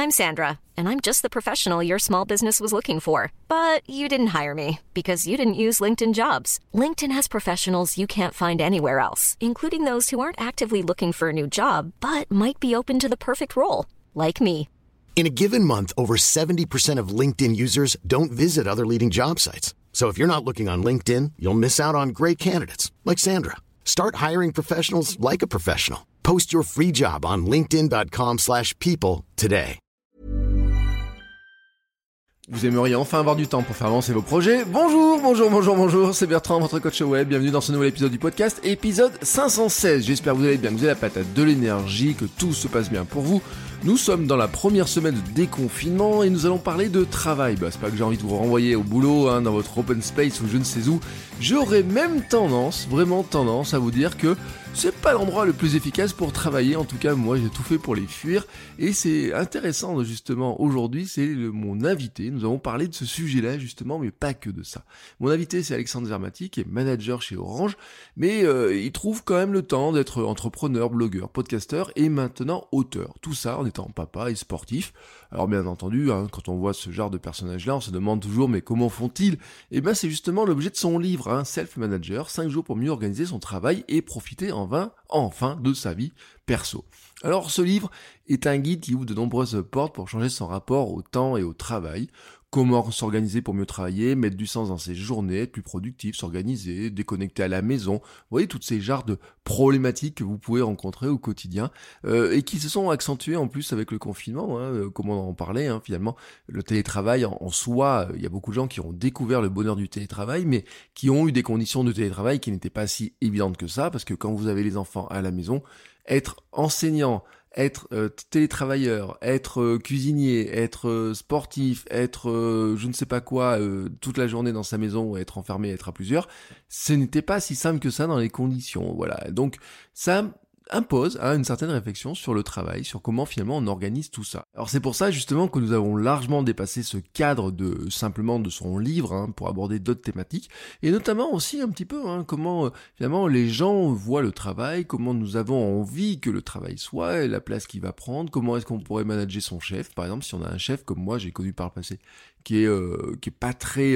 I'm Sandra, and I'm just the professional your small business was looking for. But you didn't hire me because you didn't use LinkedIn Jobs. LinkedIn has professionals you can't find anywhere else, including those who aren't actively looking for a new job, but might be open to the perfect role, like me. In a given month, over 70% of LinkedIn users don't visit other leading job sites. So if you're not looking on LinkedIn, you'll miss out on great candidates like Sandra. Start hiring professionals like a professional. Post your free job on linkedin.com/people today. Vous aimeriez enfin avoir du temps pour faire avancer vos projets? Bonjour, c'est Bertrand, votre coach web. Bienvenue dans ce nouvel épisode du podcast, épisode 516. J'espère que vous allez bien, que vous avez la patate, de l'énergie, que tout se passe bien pour vous. Nous sommes dans la première semaine de déconfinement et nous allons parler de travail. C'est pas que j'ai envie de vous renvoyer au boulot, dans votre open space ou je ne sais où. J'aurais même vraiment tendance à vous dire que c'est pas l'endroit le plus efficace pour travailler. En tout cas, moi, j'ai tout fait pour les fuir. Et c'est intéressant, justement, aujourd'hui, c'est mon invité. Nous avons parlé de ce sujet-là, justement, mais pas que de ça. Mon invité, c'est Alexandre Zermati, qui est manager chez Orange, mais il trouve quand même le temps d'être entrepreneur, blogueur, podcasteur et maintenant auteur. Tout ça en étant papa et sportif. Alors, bien entendu, quand on voit ce genre de personnage-là, on se demande toujours, mais comment font-ils? Eh ben, c'est justement l'objet de son livre, Self-Manager, 5 jours pour mieux organiser son travail et profiter enfin de sa vie perso. Alors ce livre est un guide qui ouvre de nombreuses portes pour changer son rapport au temps et au travail. Comment s'organiser pour mieux travailler, mettre du sens dans ses journées, être plus productif, s'organiser, déconnecter à la maison. Vous voyez, toutes ces genres de problématiques que vous pouvez rencontrer au quotidien et qui se sont accentuées en plus avec le confinement, comme on en parlait, finalement. Le télétravail en soi, il y a beaucoup de gens qui ont découvert le bonheur du télétravail, mais qui ont eu des conditions de télétravail qui n'étaient pas si évidentes que ça, parce que quand vous avez les enfants à la maison, être enseignant, être télétravailleur, être cuisinier, être sportif, être je ne sais pas quoi toute la journée dans sa maison, être enfermé, être à plusieurs, ce n'était pas si simple que ça dans les conditions. Voilà. Donc ça impose une certaine réflexion sur le travail, sur comment finalement on organise tout ça. Alors c'est pour ça justement que nous avons largement dépassé ce cadre de simplement de son livre pour aborder d'autres thématiques et notamment aussi un petit peu comment finalement les gens voient le travail, comment nous avons envie que le travail soit et la place qu'il va prendre, comment est-ce qu'on pourrait manager son chef, par exemple si on a un chef comme moi j'ai connu par le passé qui est pas très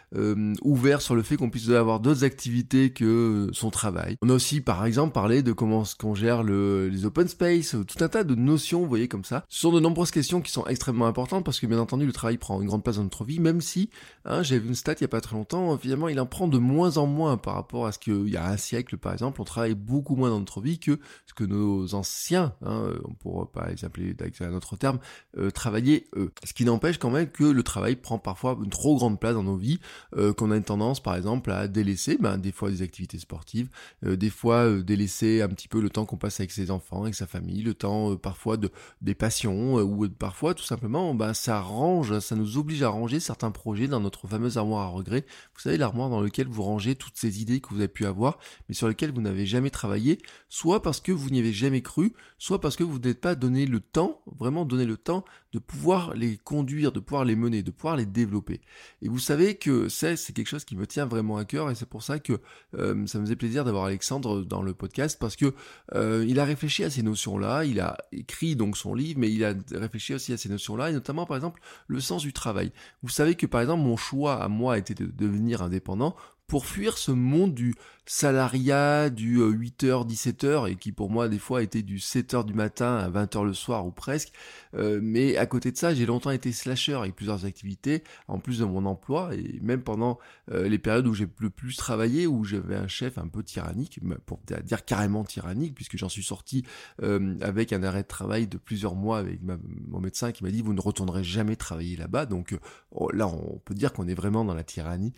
ouvert sur le fait qu'on puisse avoir d'autres activités que son travail. On a aussi par exemple parlé de comment qu'on gère les open space, tout un tas de notions, vous voyez comme ça. Ce sont de nombreuses questions qui sont extrêmement importantes parce que bien entendu le travail prend une grande place dans notre vie, même si, j'ai vu une stat il y a pas très longtemps, finalement il en prend de moins en moins par rapport à ce qu'il y a un siècle par exemple, on travaille beaucoup moins dans notre vie que ce que nos anciens, on pourra pas les appeler avec un autre terme, travaillaient eux. Ce qui n'empêche quand même que le travail prend parfois une trop grande place dans nos vies, qu'on a une tendance par exemple à délaisser des fois des activités sportives, des fois délaisser un petit peu le temps qu'on passe avec ses enfants, avec sa famille, le temps parfois des passions, ou parfois tout simplement ça nous oblige à ranger certains projets dans notre fameuse armoire à regrets. Vous savez, l'armoire dans laquelle vous rangez toutes ces idées que vous avez pu avoir, mais sur lesquelles vous n'avez jamais travaillé, soit parce que vous n'y avez jamais cru, soit parce que vous n'êtes pas donné le temps, vraiment donné le temps de pouvoir les conduire, de pouvoir les mener, de pouvoir les développer. Et vous savez que c'est quelque chose qui me tient vraiment à cœur et c'est pour ça que ça me faisait plaisir d'avoir Alexandre dans le podcast parce que il a réfléchi à ces notions-là, il a écrit donc son livre, mais il a réfléchi aussi à ces notions-là et notamment par exemple le sens du travail. Vous savez que par exemple mon choix à moi était de devenir indépendant pour fuir ce monde du salariat, du 8h, 17h, et qui pour moi des fois était du 7h du matin à 20h le soir ou presque, mais à côté de ça, j'ai longtemps été slasher avec plusieurs activités, en plus de mon emploi, et même pendant les périodes où j'ai le plus travaillé, où j'avais un chef un peu tyrannique, pour dire carrément tyrannique, puisque j'en suis sorti avec un arrêt de travail de plusieurs mois avec mon médecin qui m'a dit « vous ne retournerez jamais travailler là-bas », donc là on peut dire qu'on est vraiment dans la tyrannie.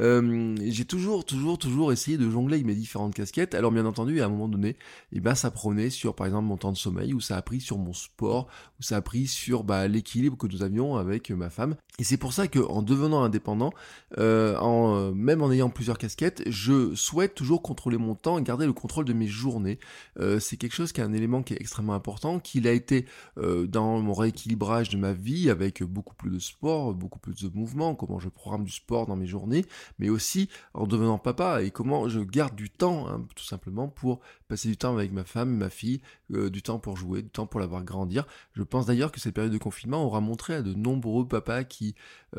J'ai toujours essayé de jongler avec mes différentes casquettes. Alors bien entendu, à un moment donné, ça prenait sur par exemple mon temps de sommeil, ou ça a pris sur mon sport, ou ça a pris sur l'équilibre que nous avions avec ma femme. Et c'est pour ça qu'en devenant indépendant, même en ayant plusieurs casquettes, je souhaite toujours contrôler mon temps et garder le contrôle de mes journées. C'est quelque chose qui est un élément qui est extrêmement important, qu'il a été dans mon rééquilibrage de ma vie avec beaucoup plus de sport, beaucoup plus de mouvement, comment je programme du sport dans mes journées, mais aussi en devenant papa et comment je garde du temps, hein, tout simplement pour passer du temps avec ma femme, ma fille, du temps pour jouer, du temps pour la voir grandir. Je pense d'ailleurs que cette période de confinement aura montré à de nombreux papas qui,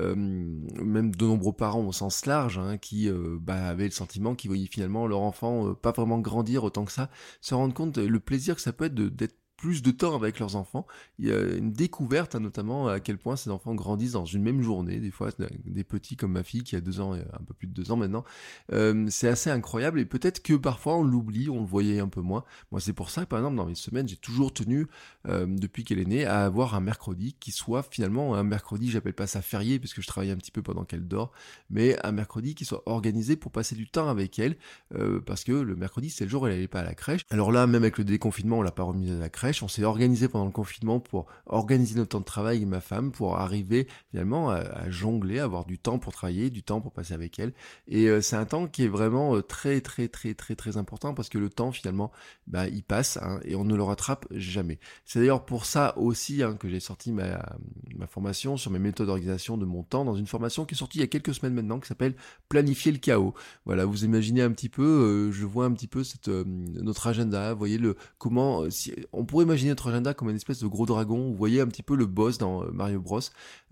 même de nombreux parents au sens large, hein, qui avaient le sentiment qu'ils voyaient finalement leur enfant pas vraiment grandir autant que ça, se rendre compte le plaisir que ça peut être d'être plus de temps avec leurs enfants. Il y a une découverte, hein, notamment à quel point ces enfants grandissent dans une même journée, des fois des petits comme ma fille qui a 2 ans, un peu plus de 2 ans maintenant. C'est assez incroyable et peut-être que parfois on l'oublie, on le voyait un peu moins. Moi c'est pour ça que par exemple dans mes semaines j'ai toujours tenu, depuis qu'elle est née, à avoir un mercredi qui soit finalement un mercredi, j'appelle pas ça férié parce que je travaille un petit peu pendant qu'elle dort, mais un mercredi qui soit organisé pour passer du temps avec elle, parce que le mercredi c'est le jour où elle n'allait pas à la crèche. Alors là même avec le déconfinement on l'a pas remise à la crèche. On s'est organisé pendant le confinement pour organiser notre temps de travail avec ma femme, pour arriver finalement à jongler, à avoir du temps pour travailler, du temps pour passer avec elle. Et c'est un temps qui est vraiment très très très très très important parce que le temps finalement, il passe, hein, et on ne le rattrape jamais. C'est d'ailleurs pour ça aussi, hein, que j'ai sorti ma formation sur mes méthodes d'organisation de mon temps dans une formation qui est sortie il y a quelques semaines maintenant qui s'appelle Planifier le chaos. Voilà, vous imaginez un petit peu, je vois un petit peu notre agenda, vous voyez comment si on pourrait imaginer notre agenda comme une espèce de gros dragon. Vous voyez un petit peu le boss dans Mario Bros.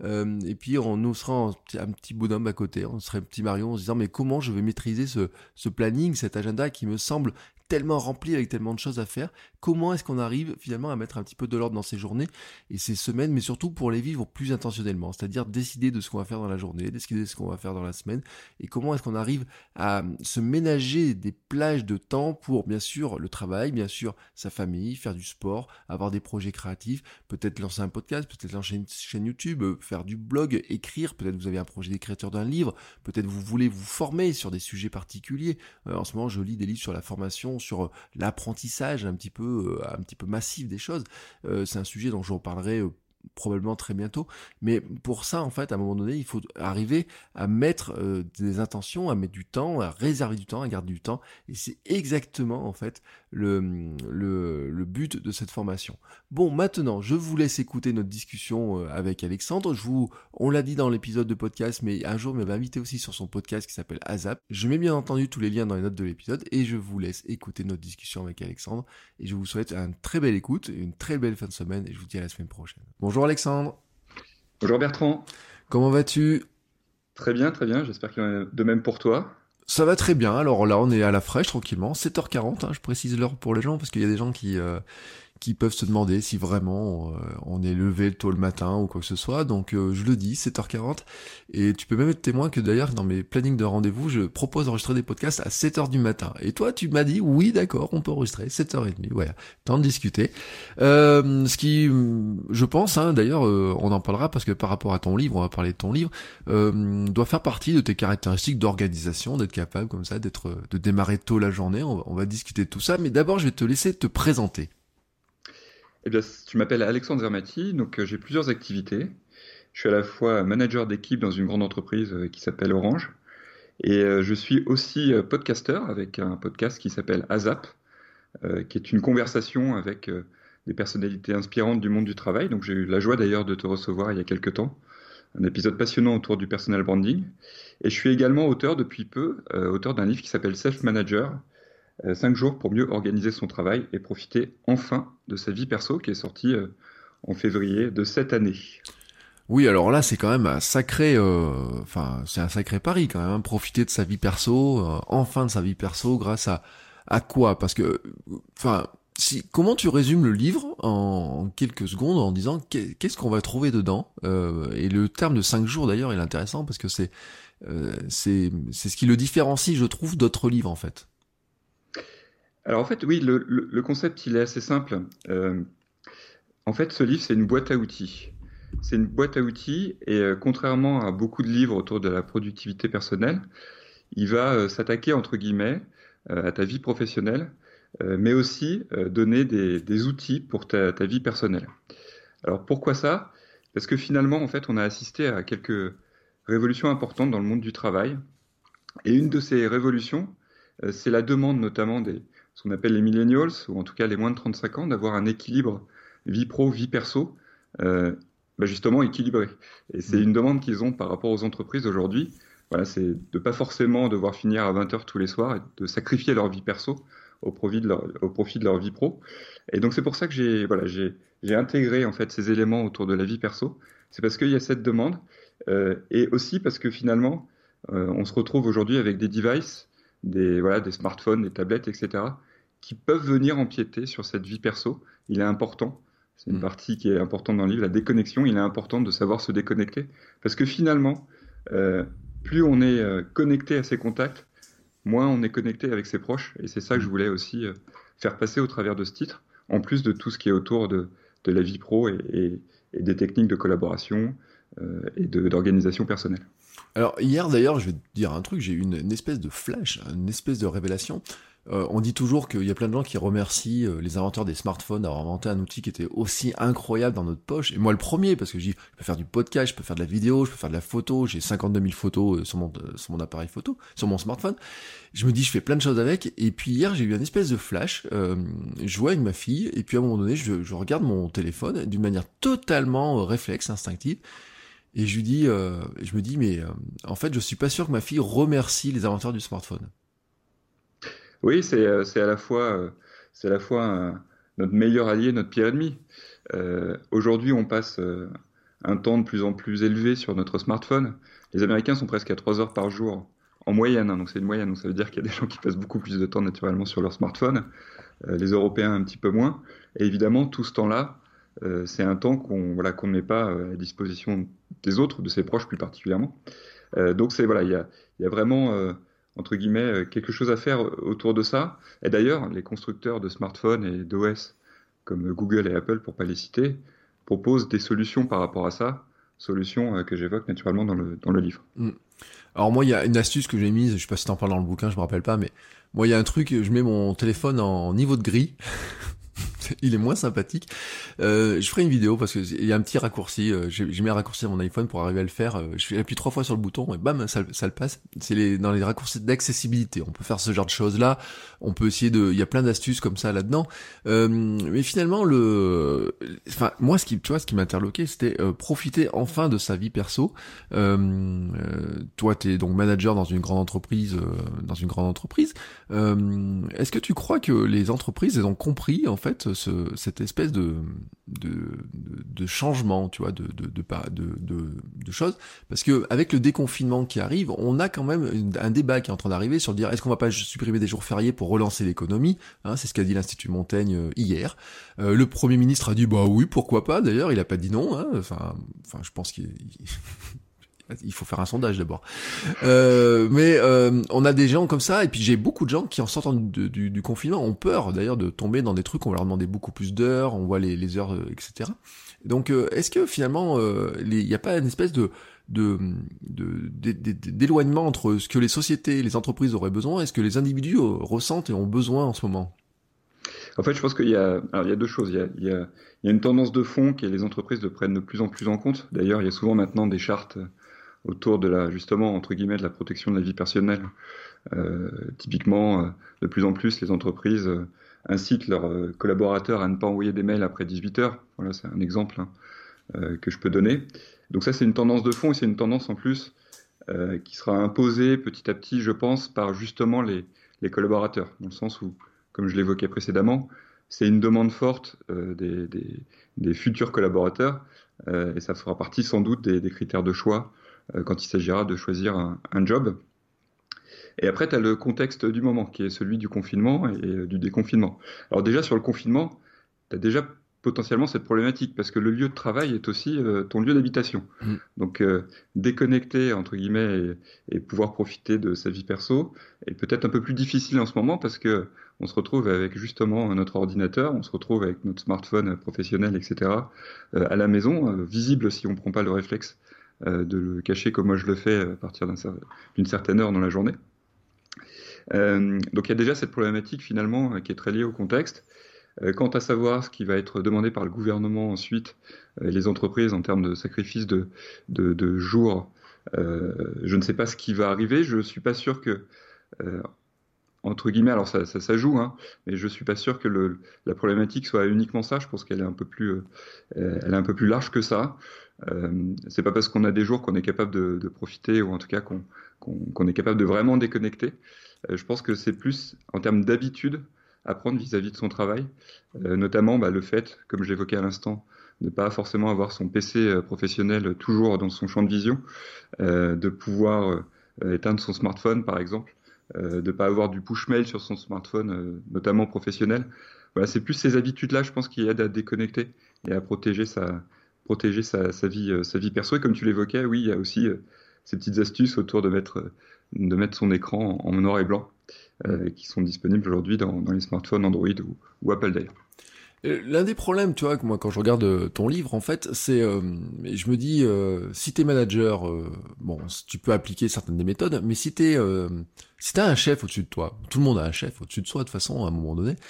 Et puis on nous sera un petit bonhomme à côté. On serait un petit Mario en se disant mais comment je vais maîtriser ce planning, cet agenda qui me semble tellement rempli avec tellement de choses à faire. Comment est-ce qu'on arrive finalement à mettre un petit peu de l'ordre dans ces journées et ces semaines, mais surtout pour les vivre plus intentionnellement, c'est-à-dire décider de ce qu'on va faire dans la journée, décider de ce qu'on va faire dans la semaine, et comment est-ce qu'on arrive à se ménager des plages de temps pour bien sûr le travail, bien sûr sa famille, faire du sport, avoir des projets créatifs, peut-être lancer un podcast, peut-être lancer une chaîne YouTube, faire du blog, écrire, peut-être vous avez un projet d'écriture d'un livre, peut-être vous voulez vous former sur des sujets particuliers. En ce moment je lis des livres sur la formation, sur l'apprentissage un petit peu massif des choses. C'est un sujet dont je reparlerai probablement très bientôt, mais pour ça en fait à un moment donné il faut arriver à mettre des intentions, à mettre du temps, à réserver du temps, à garder du temps, et c'est exactement en fait le but de cette formation. Bon, maintenant je vous laisse écouter notre discussion avec Alexandre. On l'a dit dans l'épisode de podcast, mais un jour il m'avait invité aussi sur son podcast qui s'appelle ASAP. Je mets bien entendu tous les liens dans les notes de l'épisode et je vous laisse écouter notre discussion avec Alexandre et je vous souhaite une très belle écoute, une très belle fin de semaine et je vous dis à la semaine prochaine. Bonjour Alexandre. Bonjour Bertrand. Comment vas-tu ? Très bien, j'espère qu'il y en a de même pour toi. Ça va très bien, alors là on est à la fraîche tranquillement, 7h40, hein, je précise l'heure pour les gens parce qu'il y a des gens qui peuvent se demander si vraiment on est levé tôt le matin ou quoi que ce soit, donc je le dis, 7h40, et tu peux même être témoin que d'ailleurs dans mes plannings de rendez-vous, je propose d'enregistrer des podcasts à 7h du matin, et toi tu m'as dit oui d'accord, on peut enregistrer, 7h30, voilà, temps de discuter. Ce qui, je pense, hein, d'ailleurs on en parlera parce que par rapport à ton livre, on va parler de ton livre, doit faire partie de tes caractéristiques d'organisation, d'être capable comme ça, de démarrer tôt la journée, on va discuter de tout ça, mais d'abord je vais te laisser te présenter. Eh bien, tu m'appelles Alexandre Zermati, donc j'ai plusieurs activités. Je suis à la fois manager d'équipe dans une grande entreprise qui s'appelle Orange, et je suis aussi podcasteur avec un podcast qui s'appelle ASAP, qui est une conversation avec des personnalités inspirantes du monde du travail. Donc j'ai eu la joie d'ailleurs de te recevoir il y a quelques temps, un épisode passionnant autour du personal branding. Et je suis également auteur depuis peu, auteur d'un livre qui s'appelle Self Manager, 5 jours pour mieux organiser son travail et profiter enfin de sa vie perso, qui est sorti en février de cette année. Oui, alors là, c'est quand même un sacré, c'est un sacré pari quand même, hein, profiter de sa vie perso, enfin de sa vie perso, grâce à quoi ? Parce que, comment tu résumes le livre en quelques secondes en disant qu'est-ce qu'on va trouver dedans ? Et le terme de 5 jours d'ailleurs, il est intéressant parce que c'est ce qui le différencie, je trouve, d'autres livres en fait. Alors en fait, oui, le concept, il est assez simple. En fait, ce livre, c'est une boîte à outils. C'est une boîte à outils et contrairement à beaucoup de livres autour de la productivité personnelle, il va s'attaquer, entre guillemets, à ta vie professionnelle, mais aussi donner des outils pour ta vie personnelle. Alors pourquoi ça ? Parce que finalement, en fait, on a assisté à quelques révolutions importantes dans le monde du travail. Et une de ces révolutions, c'est la demande notamment ce qu'on appelle les millennials, ou en tout cas les moins de 35 ans, d'avoir un équilibre vie pro, vie perso, justement équilibrée. Et c'est une demande qu'ils ont par rapport aux entreprises aujourd'hui. Voilà, c'est de pas forcément devoir finir à 20h tous les soirs et de sacrifier leur vie perso au profit de leur vie pro. Et donc c'est pour ça que j'ai intégré en fait ces éléments autour de la vie perso. C'est parce qu'il y a cette demande et aussi parce que finalement on se retrouve aujourd'hui avec des devices, des smartphones, des tablettes, etc., qui peuvent venir empiéter sur cette vie perso. Il est important. C'est une partie qui est importante dans le livre, la déconnexion. Il est important de savoir se déconnecter parce que finalement, plus on est connecté à ses contacts, moins on est connecté avec ses proches. Et c'est ça que je voulais aussi faire passer au travers de ce titre, en plus de tout ce qui est autour de la vie pro et des techniques de collaboration et d'organisation personnelle. Alors hier d'ailleurs, je vais te dire un truc, j'ai eu une espèce de flash, une espèce de révélation. On dit toujours qu'il y a plein de gens qui remercient les inventeurs des smartphones d'avoir inventé un outil qui était aussi incroyable dans notre poche. Et moi le premier, parce que je peux faire du podcast, je peux faire de la vidéo, je peux faire de la photo, j'ai 52 000 photos sur mon appareil photo, sur mon smartphone. Je me dis, je fais plein de choses avec. Et puis hier, j'ai eu un espèce de flash. Je jouais avec ma fille, et puis à un moment donné, je regarde mon téléphone d'une manière totalement réflexe, instinctive. Et je lui dis, je me dis, mais en fait, je suis pas sûr que ma fille remercie les inventeurs du smartphone. Oui, c'est à la fois, notre meilleur allié, notre pire ennemi. Aujourd'hui, on passe un temps de plus en plus élevé sur notre smartphone. Les Américains sont presque à 3 heures par jour, en moyenne, donc c'est une moyenne, donc ça veut dire qu'il y a des gens qui passent beaucoup plus de temps naturellement sur leur smartphone, les Européens un petit peu moins. Et évidemment, tout ce temps-là, c'est un temps qu'on ne met pas à disposition des autres, de ses proches plus particulièrement. Donc il y a vraiment entre guillemets, quelque chose à faire autour de ça. Et d'ailleurs, les constructeurs de smartphones et d'OS, comme Google et Apple, pour ne pas les citer, proposent des solutions par rapport à ça, solutions que j'évoque naturellement dans le livre. Alors moi, il y a une astuce que j'ai mise, je sais pas si t'en parles dans le bouquin, je me rappelle pas, mais moi, il y a un truc, je mets mon téléphone en niveau de gris. Il est moins sympathique. Je ferai une vidéo parce que il y a un petit raccourci. J'ai mis un raccourci à mon iPhone pour arriver à le faire. J'appuie 3 fois sur le bouton et bam, ça le passe. C'est dans les raccourcis d'accessibilité. On peut faire ce genre de choses là. On peut essayer il y a plein d'astuces comme ça là-dedans. Mais finalement, moi, ce qui m'interloquait, c'était profiter enfin de sa vie perso. Toi, t'es donc manager dans une grande entreprise. Est-ce que tu crois que les entreprises, elles ont compris en fait cette espèce de changement, tu vois, de choses, parce que avec le déconfinement qui arrive, on a quand même un débat qui est en train d'arriver sur le dire est-ce qu'on va pas supprimer des jours fériés pour relancer l'économie, hein, c'est ce qu'a dit l'Institut Montaigne hier. Le Premier ministre a dit bah oui, pourquoi pas, d'ailleurs il a pas dit non, hein. Enfin je pense il faut faire un sondage d'abord. Mais on a des gens comme ça, et puis j'ai beaucoup de gens qui en sortant du confinement ont peur d'ailleurs de tomber dans des trucs, on va leur demander beaucoup plus d'heures, on voit les heures, etc. Donc est-ce que finalement il n'y a pas une espèce d'éloignement entre ce que les sociétés, les entreprises auraient besoin et ce que les individus ressentent et ont besoin en ce moment? En fait, je pense qu'il y a deux choses. Il y a une tendance de fond qui est les entreprises de prennent de plus en plus en compte. D'ailleurs, il y a souvent maintenant des chartes autour de justement, entre guillemets, de la protection de la vie personnelle. Typiquement, de plus en plus, les entreprises incitent leurs collaborateurs à ne pas envoyer des mails après 18 heures. Voilà, c'est un exemple que je peux donner. Donc ça, c'est une tendance de fond et c'est une tendance en plus qui sera imposée petit à petit, je pense, par justement les collaborateurs, dans le sens où, comme je l'évoquais précédemment, c'est une demande forte des futurs collaborateurs et ça fera partie sans doute des critères de choix quand il s'agira de choisir un job. Et après, tu as le contexte du moment, qui est celui du confinement et du déconfinement. Alors déjà, sur le confinement, tu as déjà potentiellement cette problématique, parce que le lieu de travail est aussi ton lieu d'habitation. Donc déconnecter, entre guillemets, et pouvoir profiter de sa vie perso est peut-être un peu plus difficile en ce moment, parce que on se retrouve avec justement notre ordinateur, on se retrouve avec notre smartphone professionnel, etc., à la maison, visible si on ne prend pas le réflexe de le cacher comme moi je le fais à partir d'une certaine heure dans la journée. Donc il y a déjà cette problématique finalement qui est très liée au contexte. Quant à savoir ce qui va être demandé par le gouvernement ensuite, les entreprises en termes de sacrifice de jours, je ne sais pas ce qui va arriver. Je ne suis pas sûr que entre guillemets, alors ça joue, hein, mais je suis pas sûr que la problématique soit uniquement ça. Je pense qu'elle est un peu plus, elle est un peu plus large que ça. C'est pas parce qu'on a des jours qu'on est capable de profiter, ou en tout cas qu'on est capable de vraiment déconnecter. Je pense que c'est plus en termes d'habitude à prendre vis-à-vis de son travail, notamment le fait, comme je l'évoquais à l'instant, de ne pas forcément avoir son PC professionnel toujours dans son champ de vision, de pouvoir éteindre son smartphone par exemple, de ne pas avoir du push mail sur son smartphone, notamment professionnel. Voilà, c'est plus ces habitudes-là, je pense, qui aident à déconnecter et à protéger sa vie perso. Et comme tu l'évoquais, oui, il y a aussi ces petites astuces autour de mettre son écran en noir et blanc, qui sont disponibles aujourd'hui dans les smartphones Android ou Apple d'ailleurs. L'un des problèmes, tu vois, que moi quand je regarde ton livre, en fait, c'est, je me dis, si t'es manager, bon, tu peux appliquer certaines des méthodes, mais si t'as un chef au-dessus de toi, tout le monde a un chef au-dessus de soi de toute façon à un moment donné,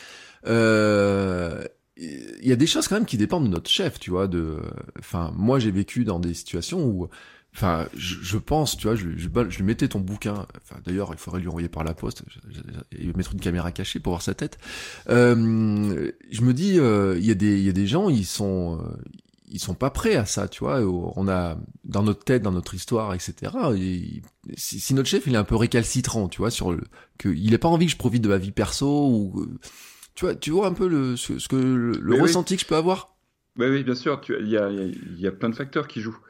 il y a des choses quand même qui dépendent de notre chef, tu vois. Enfin, moi j'ai vécu dans des situations où, enfin, je pense, tu vois, je lui mettais ton bouquin. Enfin, d'ailleurs, il faudrait lui envoyer par la poste et mettre une caméra cachée pour voir sa tête. Je me dis, il y a des gens, ils sont pas prêts à ça, tu vois. On a dans notre tête, dans notre histoire, etc. Si notre chef il est un peu récalcitrant, tu vois, il a pas envie que je profite de ma vie perso ou tu vois un peu le ressenti que je peux avoir. Oui, bien sûr. Il y a plein de facteurs qui jouent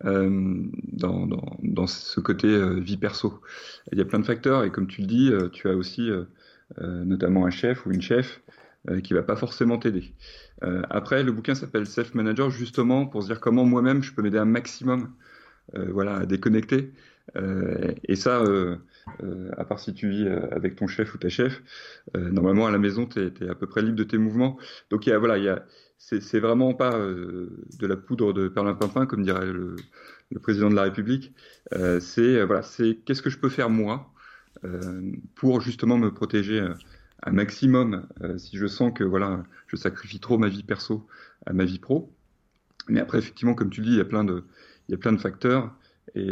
dans ce côté vie perso. Il y a plein de facteurs et comme tu le dis, tu as aussi notamment un chef ou une chef qui va pas forcément t'aider. Après, le bouquin s'appelle Self Manager justement pour se dire comment moi-même je peux m'aider un maximum, à déconnecter. Et ça, à part si tu vis avec ton chef ou ta chef, normalement à la maison, t'es à peu près libre de tes mouvements. Donc c'est vraiment pas de la poudre de perlimpinpin, comme dirait le président de la République. C'est qu'est-ce que je peux faire moi pour justement me protéger un maximum si je sens que je sacrifie trop ma vie perso à ma vie pro. Mais après, effectivement, comme tu le dis, il y a plein de facteurs. Et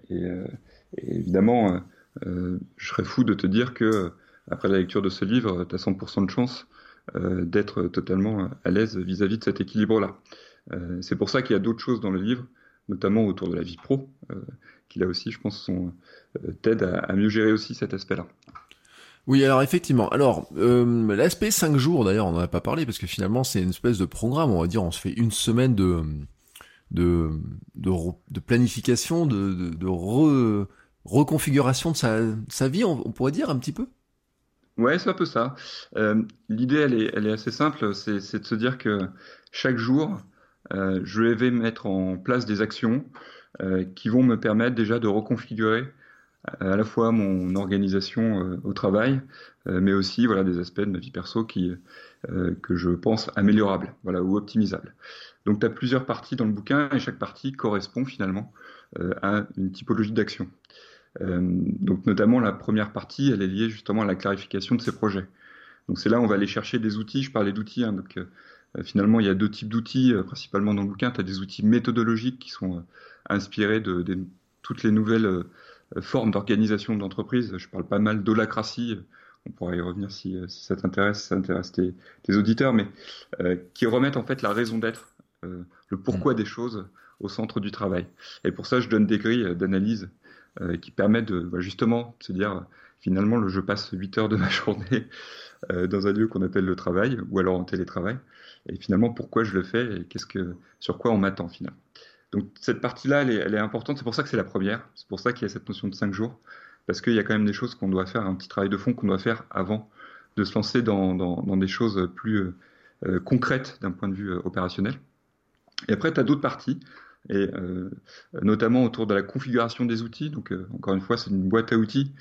évidemment, je serais fou de te dire que après la lecture de ce livre, tu as 100% de chance d'être totalement à l'aise vis-à-vis de cet équilibre-là. C'est pour ça qu'il y a d'autres choses dans le livre, notamment autour de la vie pro, qui là aussi, je pense, t'aident à mieux gérer aussi cet aspect-là. Oui, alors effectivement. Alors, l'aspect 5 jours, d'ailleurs, on n'en a pas parlé, parce que finalement, c'est une espèce de programme, on va dire, on se fait une semaine de planification, de reconfiguration de sa vie, on pourrait dire un petit peu. Ouais, c'est un peu ça. L'idée, elle est assez simple, c'est de se dire que chaque jour, je vais mettre en place des actions qui vont me permettre déjà de reconfigurer à la fois mon organisation au travail, mais aussi des aspects de ma vie perso que je pense améliorables, ou optimisables. Donc tu as plusieurs parties dans le bouquin et chaque partie correspond finalement à une typologie d'action. Donc notamment la première partie, elle est liée justement à la clarification de ces projets. Donc c'est là où on va aller chercher des outils. Je parlais d'outils, hein, donc finalement il y a deux types d'outils principalement dans le bouquin. Tu as des outils méthodologiques qui sont inspirés de toutes les nouvelles formes d'organisation d'entreprise. Je parle pas mal d'holacratie, on pourra y revenir si ça t'intéresse, tes auditeurs, mais qui remettent en fait la raison d'être, le pourquoi des choses au centre du travail. Et pour ça, je donne des grilles d'analyse qui permettent de justement se dire, finalement, je passe 8 heures de ma journée dans un lieu qu'on appelle le travail, ou alors en télétravail, et finalement, pourquoi je le fais et sur quoi on m'attend finalement. Donc cette partie-là, elle est importante, c'est pour ça que c'est la première, c'est pour ça qu'il y a cette notion de 5 jours, parce qu'il y a quand même des choses qu'on doit faire, un petit travail de fond qu'on doit faire avant de se lancer dans des choses plus concrètes d'un point de vue opérationnel. Et après, tu as d'autres parties, et notamment autour de la configuration des outils. Donc encore une fois, c'est une boîte à outils.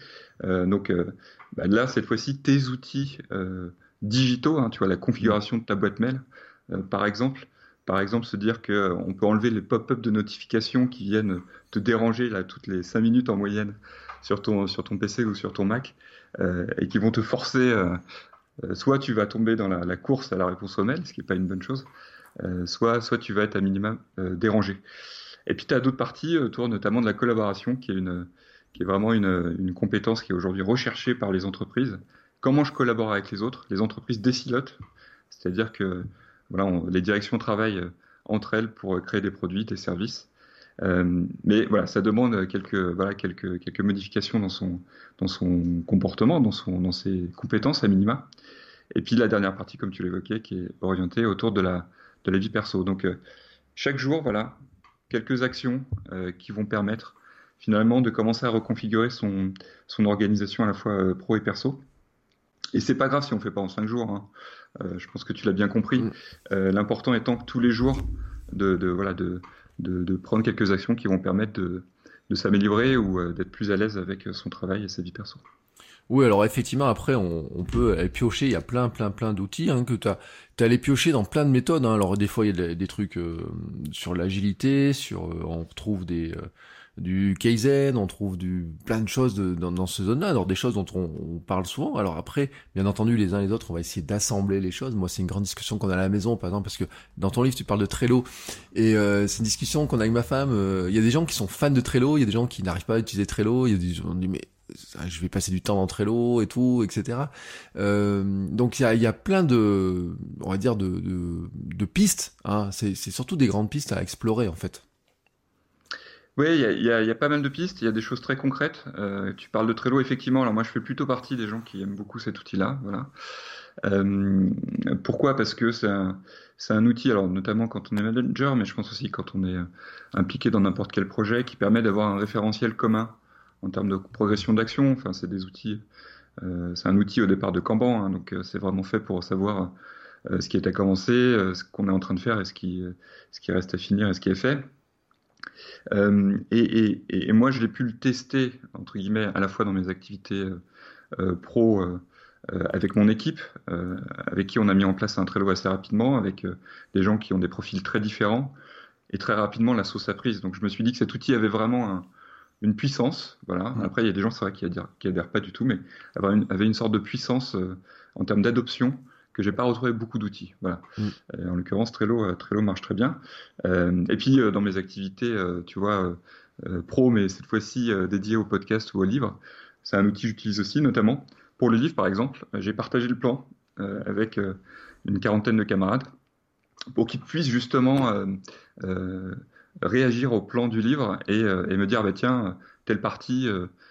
Là, cette fois-ci, tes outils digitaux, hein, tu vois, la configuration de ta boîte mail, par exemple, se dire qu'on peut enlever les pop-up de notifications qui viennent te déranger là, toutes les 5 minutes en moyenne sur ton PC ou sur ton Mac, et qui vont te forcer, soit tu vas tomber dans la course à la réponse au mail, ce qui n'est pas une bonne chose, soit tu vas être à minimum dérangé. Et puis tu as d'autres parties autour notamment de la collaboration, qui est qui est vraiment une compétence qui est aujourd'hui recherchée par les entreprises. Comment je collabore avec les autres? Les entreprises décilotent, c'est-à-dire que voilà, les directions travaillent entre elles pour créer des produits, des services. Mais voilà, ça demande quelques modifications dans son comportement, dans ses compétences à minima. Et puis la dernière partie, comme tu l'évoquais, qui est orientée autour de la vie perso. Donc chaque jour, voilà, quelques actions qui vont permettre finalement de commencer à reconfigurer son organisation à la fois pro et perso. Et c'est pas grave si on fait pas en 5 jours, hein. Je pense que tu l'as bien compris. L'important étant que tous les jours de prendre quelques actions qui vont permettre de s'améliorer ou d'être plus à l'aise avec son travail et sa vie perso. Oui, alors effectivement, après, on peut aller piocher, il y a plein d'outils, hein, que t'as allé piocher dans plein de méthodes, hein. Alors des fois, il y a des trucs sur l'agilité, on retrouve du Kaizen, on trouve plein de choses dans ce zone-là, alors des choses dont on parle souvent. Alors après, bien entendu, les uns et les autres, on va essayer d'assembler les choses. Moi, c'est une grande discussion qu'on a à la maison, par exemple, parce que dans ton livre, tu parles de Trello, et c'est une discussion qu'on a avec ma femme. Il y a des gens qui sont fans de Trello, il y a des gens qui n'arrivent pas à utiliser Trello, il y a des gens qui disent, mais je vais passer du temps dans Trello et tout, etc. Donc il y a plein de, on va dire, de pistes, hein. C'est surtout des grandes pistes à explorer, en fait. Oui, il y a pas mal de pistes, il y a des choses très concrètes. Tu parles de Trello, effectivement. Alors moi, je fais plutôt partie des gens qui aiment beaucoup cet outil-là. Voilà. Pourquoi? Parce que c'est un outil, alors notamment quand on est manager, mais je pense aussi quand on est impliqué dans n'importe quel projet, qui permet d'avoir un référentiel commun en termes de progression d'action. Enfin, c'est des outils. C'est un outil au départ de Kanban, hein, donc c'est vraiment fait pour savoir ce qui est à commencer, ce qu'on est en train de faire et ce qui reste à finir et ce qui est fait. Et moi, je l'ai pu le tester, entre guillemets, à la fois dans mes activités pro avec mon équipe, avec qui on a mis en place un Trello assez rapidement, avec des gens qui ont des profils très différents, et très rapidement, la sauce a prise. Donc, je me suis dit que cet outil avait vraiment une puissance. Voilà. Après, il y a des gens, c'est vrai, qui adhèrent pas du tout, mais avait une sorte de puissance en termes d'adoption que j'ai pas retrouvé beaucoup d'outils. Voilà. En l'occurrence, Trello marche très bien. Et puis dans mes activités, tu vois, pro, mais cette fois-ci dédiées au podcast ou au livre, c'est un outil que j'utilise aussi, notamment pour le livre, par exemple. J'ai partagé le plan avec une quarantaine de camarades pour qu'ils puissent justement réagir au plan du livre et me dire, bah tiens, telle partie.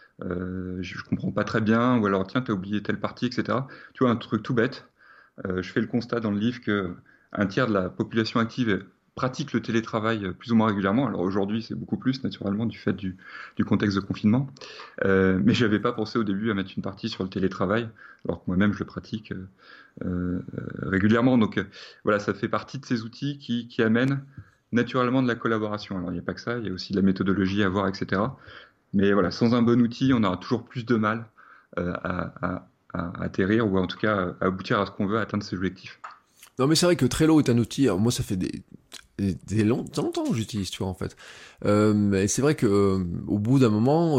Je comprends pas très bien, ou alors tiens, t'as oublié telle partie, etc. Tu vois, un truc tout bête. Je fais le constat dans le livre qu'un tiers de la population active pratique le télétravail plus ou moins régulièrement. Alors aujourd'hui, c'est beaucoup plus naturellement du fait du contexte de confinement. Mais je n'avais pas pensé au début à mettre une partie sur le télétravail, alors que moi-même je le pratique régulièrement. Donc voilà, ça fait partie de ces outils qui amènent naturellement de la collaboration. Alors il n'y a pas que ça, il y a aussi de la méthodologie à voir, etc. Mais voilà, sans un bon outil, on aura toujours plus de mal à atterrir ou en tout cas à aboutir à ce qu'on veut, atteindre ses objectifs. Non, mais c'est vrai que Trello est un outil. Alors moi, ça fait longtemps que j'utilise, tu vois, en fait. Et c'est vrai que au bout d'un moment,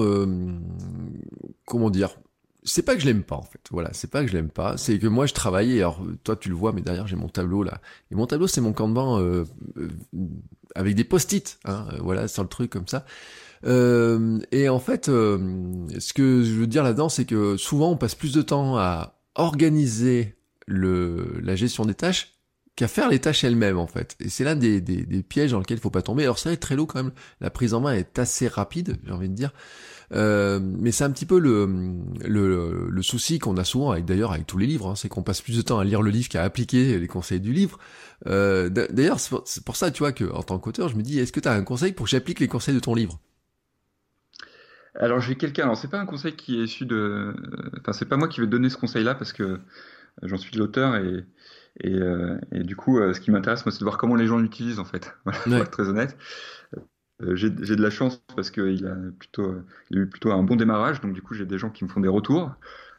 comment dire, c'est pas que je l'aime pas, en fait. Voilà, c'est pas que je l'aime pas, c'est que moi je travaillais. Alors toi, tu le vois, mais derrière j'ai mon tableau là. Et mon tableau, c'est mon Kanban avec des post-it, hein, voilà, sur le truc comme ça. Et en fait, ce que je veux dire là-dedans, c'est que souvent on passe plus de temps à organiser la gestion des tâches qu'à faire les tâches elles-mêmes, en fait. Et c'est l'un des pièges dans lesquels il faut pas tomber. Alors c'est vrai, Trello, quand même, la prise en main est assez rapide, j'ai envie de dire. Mais c'est un petit peu le souci qu'on a souvent d'ailleurs avec tous les livres, hein, c'est qu'on passe plus de temps à lire le livre qu'à appliquer les conseils du livre. D'ailleurs, c'est pour ça, tu vois, que en tant qu'auteur, je me dis, est-ce que tu as un conseil pour que j'applique les conseils de ton livre? Alors j'ai quelqu'un, alors c'est pas un conseil qui est issu enfin c'est pas moi qui vais te donner ce conseil-là parce que j'en suis l'auteur et du coup ce qui m'intéresse moi c'est de voir comment les gens l'utilisent en fait, voilà, pour être très honnête. J'ai de la chance parce qu'il a eu plutôt un bon démarrage, donc du coup j'ai des gens qui me font des retours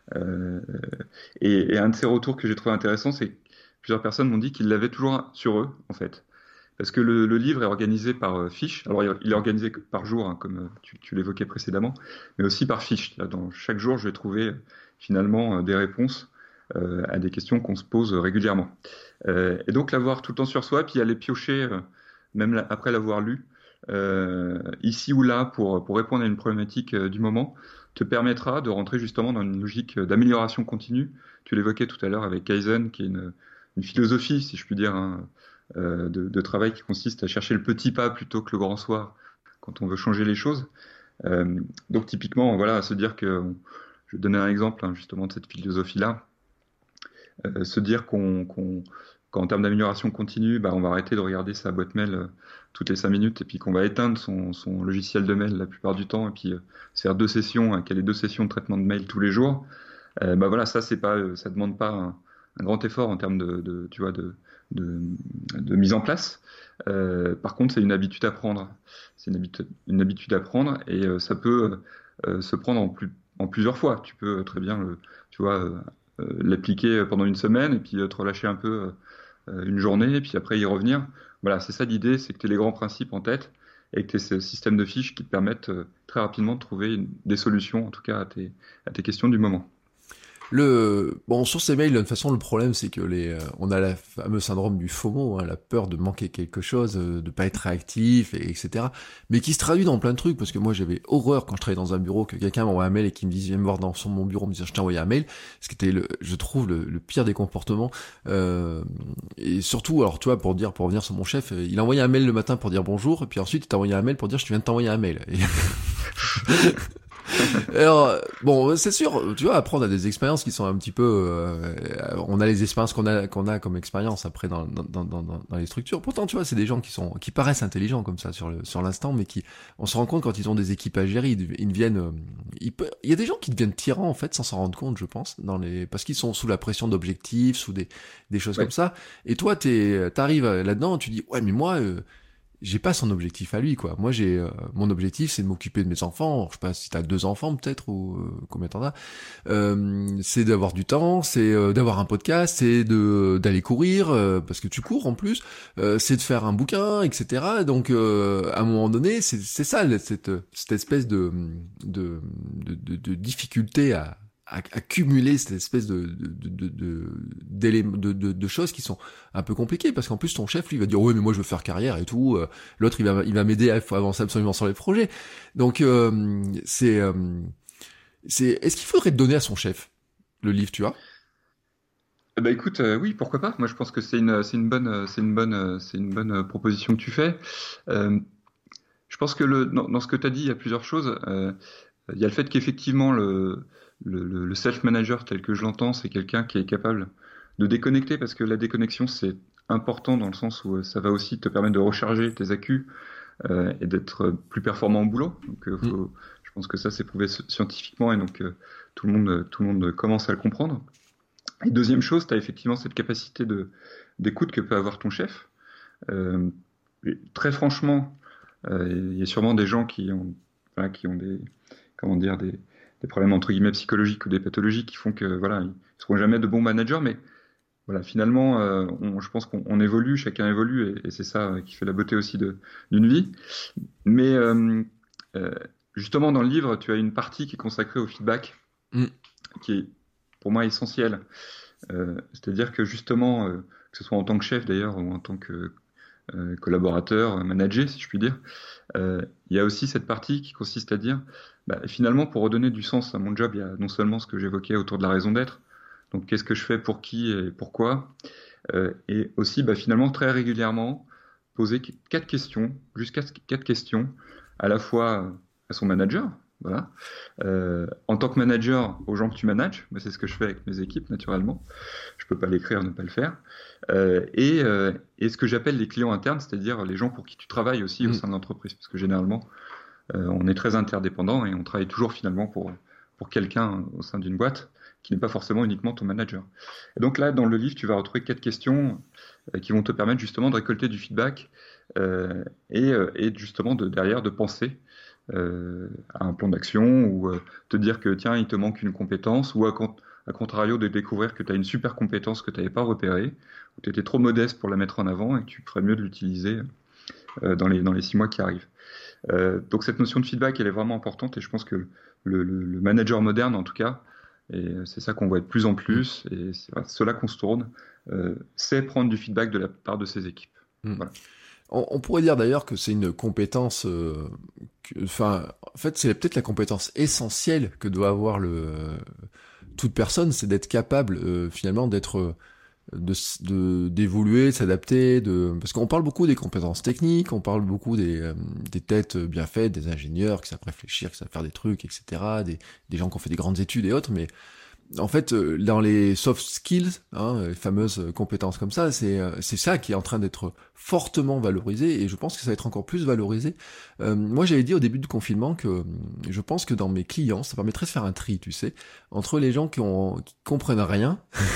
et un de ces retours que j'ai trouvé intéressant, c'est que plusieurs personnes m'ont dit qu'ils l'avaient toujours sur eux en fait. Parce que le livre est organisé par fiches. Alors, il est organisé par jour, hein, comme tu l'évoquais précédemment, mais aussi par fiches. Là, dans chaque jour, je vais trouver finalement des réponses à des questions qu'on se pose régulièrement. Et donc, l'avoir tout le temps sur soi, puis aller piocher, même après l'avoir lu, ici ou là pour répondre à une problématique du moment, te permettra de rentrer justement dans une logique d'amélioration continue. Tu l'évoquais tout à l'heure avec Kaizen, qui est une philosophie, si je puis dire, hein, de travail qui consiste à chercher le petit pas plutôt que le grand soir quand on veut changer les choses. Donc typiquement, voilà, à se dire que, je vais donner un exemple hein, justement de cette philosophie-là, se dire qu'en termes d'amélioration continue, bah, on va arrêter de regarder sa boîte mail toutes les 5 minutes et puis qu'on va éteindre son logiciel de mail la plupart du temps et puis se faire 2 sessions, hein, qu'il y ait 2 sessions de traitement de mail tous les jours. Bah voilà, ça demande pas un grand effort en termes tu vois, de mise en place. Par contre, c'est une habitude à prendre. C'est une habitude à prendre et ça peut se prendre en plusieurs fois. Tu peux très bien, tu vois, l'appliquer pendant une semaine et puis te relâcher un peu une journée et puis après y revenir. Voilà, c'est ça l'idée, c'est que tu aies les grands principes en tête et que tu aies ce système de fiches qui te permettent très rapidement de trouver des solutions, en tout cas à tes questions du moment. Bon, sur ces mails, de toute façon, le problème, c'est que on a le fameux syndrome du FOMO, hein, la peur de manquer quelque chose, de pas être réactif, etc. Mais qui se traduit dans plein de trucs, parce que moi, j'avais horreur quand je travaillais dans un bureau que quelqu'un m'envoie un mail et qu'il me dise, viens me voir dans mon bureau, me dire, je t'ai envoyé un mail, ce qui était je trouve, le pire des comportements. Et surtout, alors, tu vois, pour revenir sur mon chef, il a envoyé un mail le matin pour dire bonjour, et puis ensuite, il t'a envoyé un mail pour dire, je viens de t'envoyer un mail. Et... Alors, bon, c'est sûr, tu vois, apprendre à des expériences qui sont un petit peu, on a les expériences qu'on a comme expérience après dans les structures. Pourtant, tu vois, c'est des gens qui paraissent intelligents comme ça sur l'instant, mais on se rend compte quand ils ont des équipes à gérer, ils deviennent, il y a des gens qui deviennent tyrans en fait sans s'en rendre compte, je pense, parce qu'ils sont sous la pression d'objectifs, sous des choses comme ça. Et toi, t'arrives là-dedans, tu dis, ouais, mais moi. J'ai pas son objectif à lui, quoi. Moi, mon objectif, c'est de m'occuper de mes enfants. Je sais pas si t'as 2 enfants, peut-être, ou combien t'en as. C'est d'avoir du temps, c'est d'avoir un podcast, c'est d'aller courir, parce que tu cours en plus, c'est de faire un bouquin, etc. Donc, à un moment donné, c'est ça, cette espèce de difficulté à cumuler cette espèce d'éléments, de choses qui sont un peu compliquées, parce qu'en plus ton chef lui va dire ouais mais moi je veux faire carrière et tout, l'autre il va m'aider à avancer absolument sur les projets. Donc est-ce qu'il faudrait donner à son chef le livre, tu vois? Bah écoute, oui, pourquoi pas. Moi je pense que c'est une bonne proposition que tu fais. Je pense que dans ce que tu as dit, il y a plusieurs choses. Il y a le fait qu'effectivement le self-manager tel que je l'entends, c'est quelqu'un qui est capable de déconnecter, parce que la déconnexion c'est important dans le sens où ça va aussi te permettre de recharger tes accus et d'être plus performant au boulot. Donc je pense que ça c'est prouvé scientifiquement et donc tout le monde commence à le comprendre. Et deuxième chose, tu as effectivement cette capacité d'écoute que peut avoir ton chef. Très franchement, il y a sûrement des gens qui ont des problèmes entre guillemets psychologiques ou des pathologies qui font que voilà, ils seront jamais de bons managers, mais voilà, finalement, je pense qu'on évolue, chacun évolue, et c'est ça qui fait la beauté aussi d'une vie. Mais justement, dans le livre, tu as une partie qui est consacrée au feedback, qui est pour moi essentielle. C'est-à-dire que justement, que ce soit en tant que chef d'ailleurs, ou en tant que collaborateur, manager, si je puis dire, il y a aussi cette partie qui consiste à dire, finalement, pour redonner du sens à mon job, il y a non seulement ce que j'évoquais autour de la raison d'être, donc qu'est-ce que je fais pour qui et pourquoi, et aussi finalement très régulièrement poser 4 questions, jusqu'à 4 questions, à la fois à son manager, voilà, en tant que manager aux gens que tu manages, c'est ce que je fais avec mes équipes naturellement, je peux pas l'écrire, ne pas le faire, et ce que j'appelle les clients internes, c'est-à-dire les gens pour qui tu travailles aussi au sein de l'entreprise, parce que généralement on est très interdépendants et on travaille toujours finalement pour quelqu'un au sein d'une boîte qui n'est pas forcément uniquement ton manager. Et donc là, dans le livre, tu vas retrouver 4 questions qui vont te permettre justement de récolter du feedback et justement derrière de penser à un plan d'action ou te dire que tiens, il te manque une compétence, ou à contrario de découvrir que tu as une super compétence que tu n'avais pas repérée, ou tu étais trop modeste pour la mettre en avant et que tu ferais mieux de l'utiliser dans les 6 mois qui arrivent. Donc cette notion de feedback, elle est vraiment importante, et je pense que le manager moderne, en tout cas, et c'est ça qu'on voit de plus en plus, et c'est cela qu'on se tourne, c'est prendre du feedback de la part de ses équipes. Voilà. On pourrait dire d'ailleurs que c'est une compétence, en fait, c'est peut-être la compétence essentielle que doit avoir toute personne, c'est d'être capable, finalement, d'évoluer, de s'adapter, parce qu'on parle beaucoup des compétences techniques, on parle beaucoup des têtes bien faites, des ingénieurs qui savent réfléchir, qui savent faire des trucs, etc., des gens qui ont fait des grandes études et autres, mais en fait, dans les soft skills, les fameuses compétences comme ça, c'est ça qui est en train d'être fortement valorisé, et je pense que ça va être encore plus valorisé. Moi, j'avais dit au début du confinement que je pense que dans mes clients, ça permettrait de faire un tri, tu sais, entre les gens qui comprennent rien.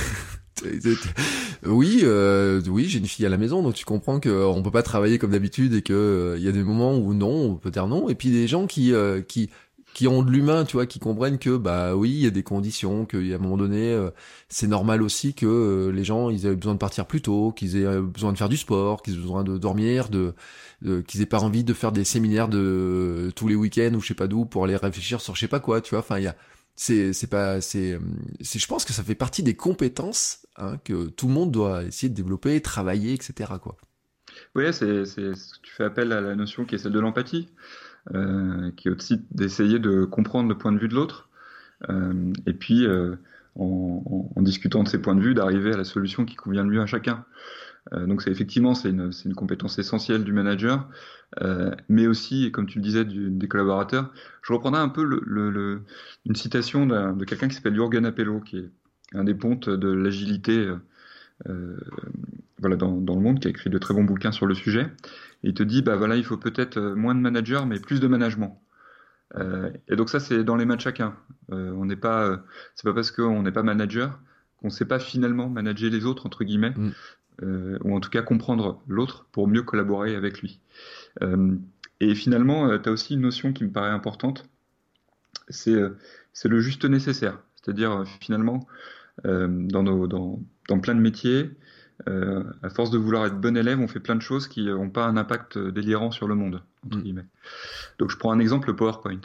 Oui, j'ai une fille à la maison, donc tu comprends que on peut pas travailler comme d'habitude et que y a des moments où non, on peut dire non, et puis des gens qui ont de l'humain, tu vois, qui comprennent que bah oui, il y a des conditions, qu'à un moment donné, c'est normal aussi que les gens ils aient besoin de partir plus tôt, qu'ils aient besoin de faire du sport, qu'ils aient besoin de dormir, qu'ils aient pas envie de faire des séminaires de tous les week-ends ou je sais pas d'où pour aller réfléchir sur je sais pas quoi, tu vois. Enfin, il y a je pense que ça fait partie des compétences que tout le monde doit essayer de développer, travailler, etc. quoi. Oui, tu fais appel à la notion qui est celle de l'empathie. Qui est aussi d'essayer de comprendre le point de vue de l'autre, et puis en discutant de ces points de vue, d'arriver à la solution qui convient le mieux à chacun. Donc c'est une compétence essentielle du manager, mais aussi, comme tu le disais, des collaborateurs. Je reprendrai un peu une citation de quelqu'un qui s'appelle Jürgen Appelo, qui est un des pontes de l'agilité dans le monde, qui a écrit de très bons bouquins sur le sujet. Et il te dit, il faut peut-être moins de managers, mais plus de management. Et donc ça, c'est dans les mains de chacun. C'est pas parce qu'on n'est pas manager qu'on ne sait pas finalement manager les autres, entre guillemets, ou en tout cas comprendre l'autre pour mieux collaborer avec lui. Et finalement, tu as aussi une notion qui me paraît importante, c'est le juste nécessaire. C'est-à-dire, finalement, dans plein de métiers, à force de vouloir être bon élève, on fait plein de choses qui n'ont pas un impact délirant sur le monde, entre guillemets. Donc je prends un exemple, le PowerPoint.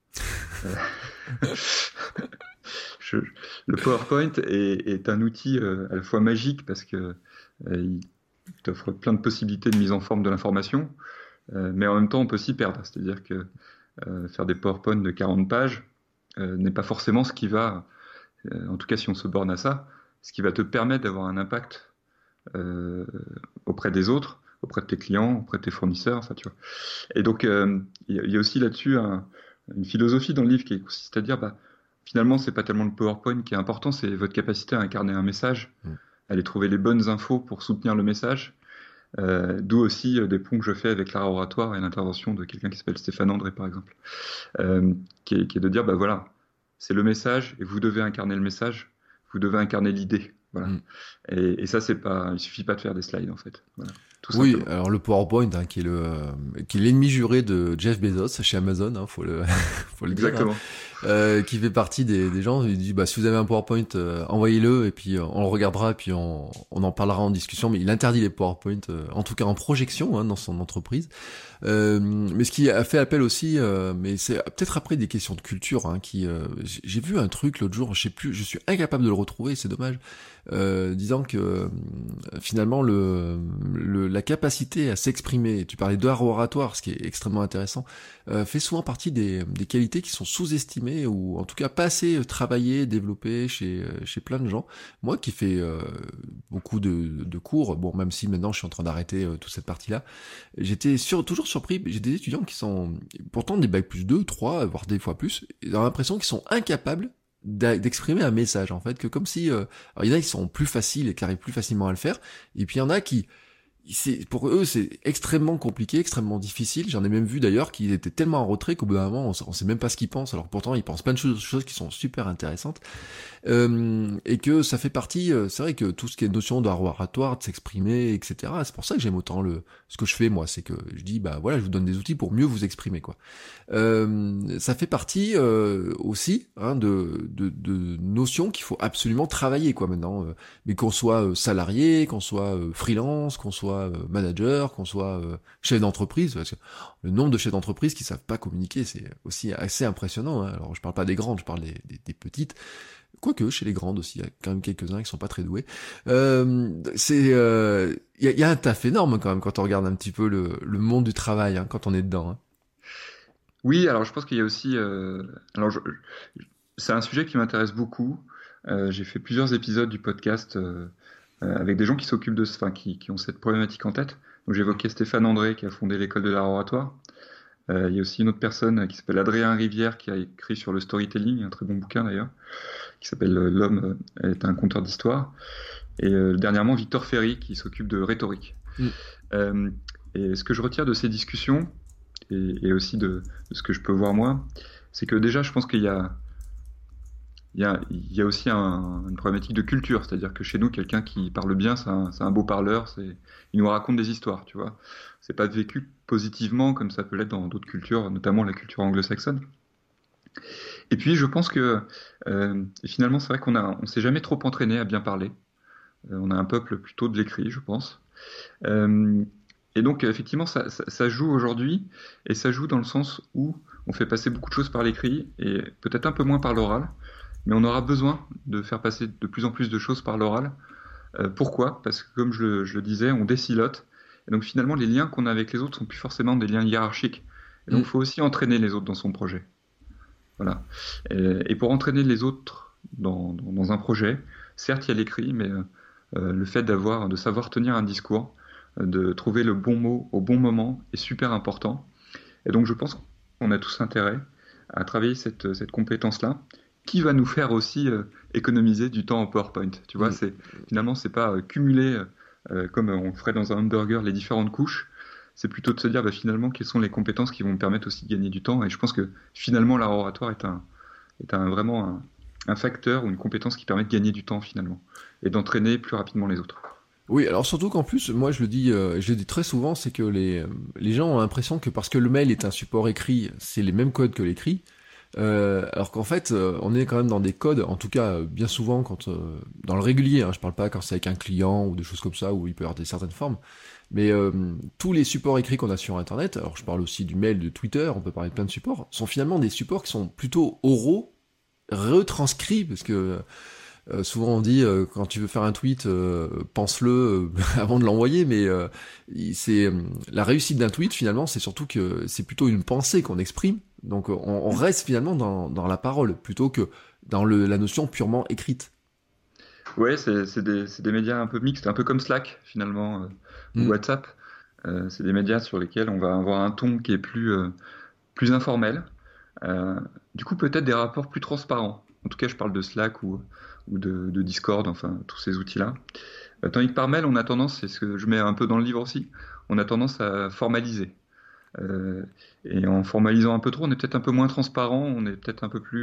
Le PowerPoint est un outil à la fois magique parce que il t'offre plein de possibilités de mise en forme de l'information, mais en même temps on peut s'y perdre. C'est-à-dire que faire des PowerPoint de 40 pages n'est pas forcément ce qui va, en tout cas si on se borne à ça, ce qui va te permettre d'avoir un impact auprès des autres, auprès de tes clients, auprès de tes fournisseurs, enfin tu vois. Et donc il y a aussi là-dessus une philosophie dans le livre qui consiste à dire finalement c'est pas tellement le PowerPoint qui est important, c'est votre capacité à incarner un message, aller trouver les bonnes infos pour soutenir le message. D'où aussi des ponts que je fais avec l'art oratoire et l'intervention de quelqu'un qui s'appelle Stéphane André par exemple, qui est de dire c'est le message et vous devez incarner le message, vous devez incarner l'idée. Voilà. Et ça, il suffit pas de faire des slides en fait. Voilà, oui, alors le PowerPoint qui est l'ennemi juré de Jeff Bezos chez Amazon, faut le Exactement. dire, qui fait partie des gens. Il dit si vous avez un PowerPoint, envoyez-le et puis on le regardera et puis on en parlera en discussion. Mais il interdit les PowerPoint, en tout cas en projection dans son entreprise. Mais ce qui a fait appel aussi, mais c'est peut-être après des questions de culture, j'ai vu un truc l'autre jour, je sais plus, je suis incapable de le retrouver, c'est dommage, disant que finalement la capacité à s'exprimer, tu parlais d'art oratoire, ce qui est extrêmement intéressant, fait souvent partie des qualités qui sont sous-estimées ou en tout cas pas assez travaillées, développées chez plein de gens. Moi qui fais beaucoup de cours, même si maintenant je suis en train d'arrêter toute cette partie-là, j'étais toujours surpris, j'ai des étudiants qui sont pourtant des bacs plus 2, 3, voire des fois plus, ils ont l'impression qu'ils sont incapables d'exprimer un message en fait, que comme si alors il y en a qui sont plus faciles et qui arrivent plus facilement à le faire, et puis il y en a qui pour eux c'est extrêmement compliqué, extrêmement difficile. J'en ai même vu d'ailleurs qui étaient tellement en retrait qu'au bout d'un moment on sait même pas ce qu'ils pensent, alors pourtant ils pensent plein de choses qui sont super intéressantes, et que ça fait partie, c'est vrai que tout ce qui est notion d'art oratoire, de s'exprimer, etc., c'est pour ça que j'aime autant ce que je fais moi, c'est que je dis je vous donne des outils pour mieux vous exprimer quoi. Ça fait partie aussi de notions qu'il faut absolument travailler quoi maintenant, mais qu'on soit salarié, qu'on soit freelance, qu'on soit soit manager, qu'on soit chef d'entreprise, parce que le nombre de chefs d'entreprise qui savent pas communiquer, c'est aussi assez impressionnant, hein. Alors je parle pas des grandes, je parle des petites. Quoique, chez les grandes aussi, il y a quand même quelques-uns qui sont pas très doués. Il y a un taf énorme quand même quand on regarde un petit peu le monde du travail, hein, quand on est dedans, hein. Oui, alors je pense qu'il y a aussi... c'est un sujet qui m'intéresse beaucoup. J'ai fait plusieurs épisodes du podcast avec des gens qui s'occupent de... Enfin, qui ont cette problématique en tête. Donc j'évoquais Stéphane André qui a fondé l'école de l'art oratoire. Il y a aussi une autre personne qui s'appelle Adrien Rivière qui a écrit sur le storytelling, un très bon bouquin d'ailleurs, qui s'appelle L'homme est un conteur d'histoire. Et dernièrement, Victor Ferry qui s'occupe de rhétorique. Et ce que je retire de ces discussions, et aussi de ce que je peux voir moi, c'est que déjà, je pense qu'il y a aussi une problématique de culture, c'est-à-dire que chez nous, quelqu'un qui parle bien, c'est un beau parleur, il nous raconte des histoires, tu vois. C'est pas vécu positivement comme ça peut l'être dans d'autres cultures, notamment la culture anglo-saxonne. Et puis, je pense que finalement, c'est vrai qu'on s'est jamais trop entraîné à bien parler. On a un peuple plutôt de l'écrit, je pense. Et donc, effectivement, ça joue aujourd'hui, et ça joue dans le sens où on fait passer beaucoup de choses par l'écrit, et peut-être un peu moins par l'oral, mais on aura besoin de faire passer de plus en plus de choses par l'oral. Pourquoi ? Parce que, comme je le disais, on décilote, et donc finalement, les liens qu'on a avec les autres sont plus forcément des liens hiérarchiques. Et donc, il faut aussi entraîner les autres dans son projet. Voilà. Et pour entraîner les autres dans un projet, certes, il y a l'écrit, mais le fait de savoir tenir un discours, de trouver le bon mot au bon moment est super important. Et donc je pense qu'on a tous intérêt à travailler cette compétence-là, qui va nous faire aussi économiser du temps en PowerPoint. Tu vois, finalement, c'est pas cumuler comme on le ferait dans un hamburger les différentes couches. C'est plutôt de se dire finalement quelles sont les compétences qui vont me permettre aussi de gagner du temps. Et je pense que finalement l'art oratoire est vraiment un facteur ou une compétence qui permet de gagner du temps finalement et d'entraîner plus rapidement les autres. Oui, alors surtout qu'en plus, moi je le dis très souvent, c'est que les gens ont l'impression que parce que le mail est un support écrit, c'est les mêmes codes que l'écrit, alors qu'en fait, on est quand même dans des codes, en tout cas bien souvent quand dans le régulier, hein, je parle pas quand c'est avec un client ou des choses comme ça où il peut y avoir certaines formes, mais tous les supports écrits qu'on a sur Internet, alors je parle aussi du mail, de Twitter, on peut parler de plein de supports, sont finalement des supports qui sont plutôt oraux, retranscrits, parce que souvent on dit quand tu veux faire un tweet, pense-le avant de l'envoyer, mais c'est la réussite d'un tweet finalement, c'est surtout que c'est plutôt une pensée qu'on exprime, donc on reste finalement dans la parole plutôt que dans la notion purement écrite. Ouais, c'est des médias un peu mixtes, un peu comme Slack finalement, ou WhatsApp. C'est des médias sur lesquels on va avoir un ton qui est plus informel. Du coup, peut-être des rapports plus transparents. En tout cas, je parle de Slack ou de Discord, enfin, tous ces outils-là. Tandis que par mail, on a tendance, c'est ce que je mets un peu dans le livre aussi, on a tendance à formaliser. Et en formalisant un peu trop, on est peut-être un peu moins transparent, on est peut-être un peu plus...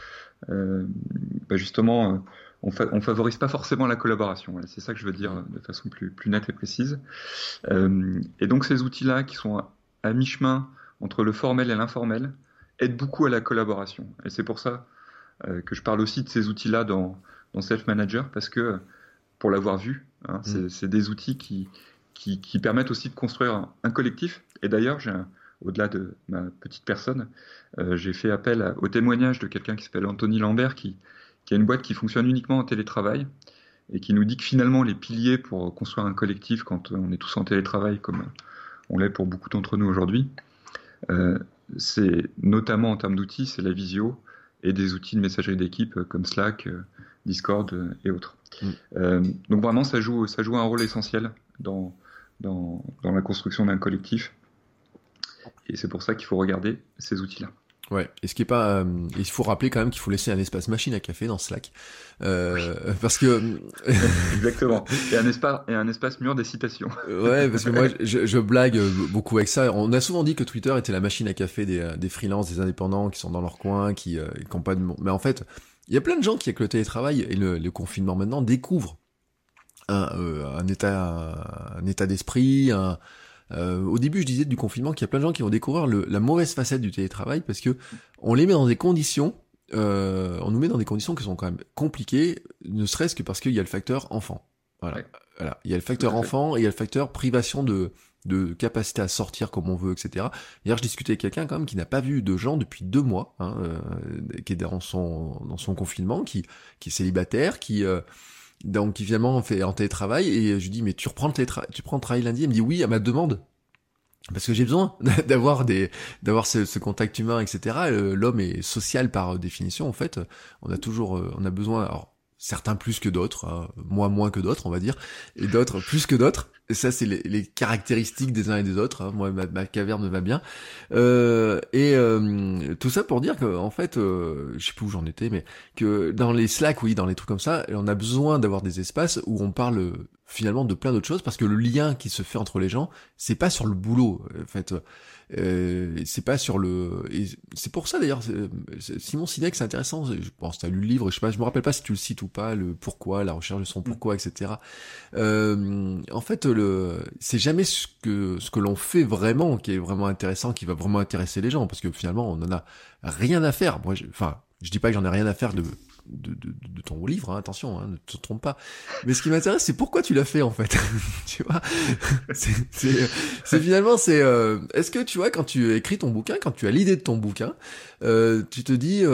justement, on favorise pas forcément la collaboration. Voilà, c'est ça que je veux dire de façon plus nette et précise. Et donc, ces outils-là qui sont à mi-chemin entre le formel et l'informel aident beaucoup à la collaboration. Et c'est pour ça que je parle aussi de ces outils-là dans Self Manager, parce que, pour l'avoir vu, hein, c'est des outils qui permettent aussi de construire un collectif. Et d'ailleurs, au-delà de ma petite personne, j'ai fait appel au témoignage de quelqu'un qui s'appelle Anthony Lambert, qui a une boîte qui fonctionne uniquement en télétravail, et qui nous dit que finalement, les piliers pour construire un collectif, quand on est tous en télétravail, comme on l'est pour beaucoup d'entre nous aujourd'hui, c'est notamment en termes d'outils, c'est la visio, et des outils de messagerie d'équipe comme Slack, Discord et autres. Donc vraiment, ça joue un rôle essentiel dans la construction d'un collectif. Et c'est pour ça qu'il faut regarder ces outils-là. Ouais. Et ce qui est pas, il faut rappeler quand même qu'il faut laisser un espace machine à café dans Slack, parce que exactement. Et un espace mur des citations. Ouais, parce que moi je blague beaucoup avec ça. On a souvent dit que Twitter était la machine à café des freelances, des indépendants qui sont dans leur coin, qui ont pas de... Mais en fait, il y a plein de gens qui avec le télétravail et le confinement maintenant découvrent un état d'esprit, au début, je disais du confinement qu'il y a plein de gens qui vont découvrir la mauvaise facette du télétravail parce que on les met dans des conditions, on nous met dans des conditions qui sont quand même compliquées, ne serait-ce que parce qu'il y a le facteur enfant. Voilà. Ouais. Voilà. Il y a le Tout facteur à fait. enfant et il y a le facteur privation de capacité à sortir comme on veut, etc. Hier, je discutais avec quelqu'un quand même qui n'a pas vu de gens depuis 2 mois, hein, qui est dans son confinement, qui est célibataire, donc qui finalement fait en télétravail, et je lui dis mais tu prends le travail lundi? Il me dit oui, à ma demande. Parce que j'ai besoin d'avoir ce contact humain, etc. L'homme est social par définition, en fait. On a besoin, alors, certains plus que d'autres, hein, moi moins que d'autres, on va dire, et d'autres plus que d'autres. Et ça, c'est les caractéristiques des uns et des autres, hein. Moi, ma caverne me va bien. Tout ça pour dire que, en fait, je sais plus où j'en étais, mais que dans les Slack, oui, dans les trucs comme ça, on a besoin d'avoir des espaces où on parle finalement de plein d'autres choses, parce que le lien qui se fait entre les gens, c'est pas sur le boulot, en fait. C'est pas sur le... Et c'est pour ça d'ailleurs, Simon Sinek, c'est intéressant, je pense que t'as lu le livre, je me rappelle pas si tu le cites ou pas, le pourquoi, la recherche de son pourquoi, etc. En fait, c'est jamais ce que l'on fait vraiment qui est vraiment intéressant, qui va vraiment intéresser les gens, parce que finalement, on en a rien à faire. Moi, je dis pas que j'en ai rien à faire de ton livre, hein, attention, hein, ne te trompe pas. Mais ce qui m'intéresse, c'est pourquoi tu l'as fait, en fait. Tu vois, finalement, est-ce que tu vois, quand tu écris ton bouquin, quand tu as l'idée de ton bouquin, tu te dis,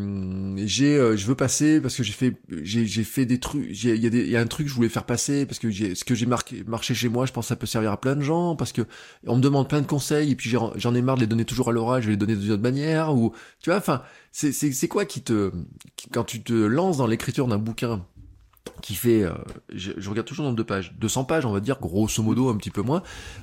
je veux passer parce que j'ai fait des trucs, il y a un truc que je voulais faire passer parce que ce que j'ai marché chez moi, je pense que ça peut servir à plein de gens, parce que on me demande plein de conseils et puis j'en ai marre de les donner toujours à l'oral, je vais les donner d'une autre manière, ou tu vois, enfin, c'est quoi quand tu te lances dans l'écriture d'un bouquin qui fait, je regarde toujours le nombre de pages, 200 pages, on va dire, grosso modo, un petit peu moins,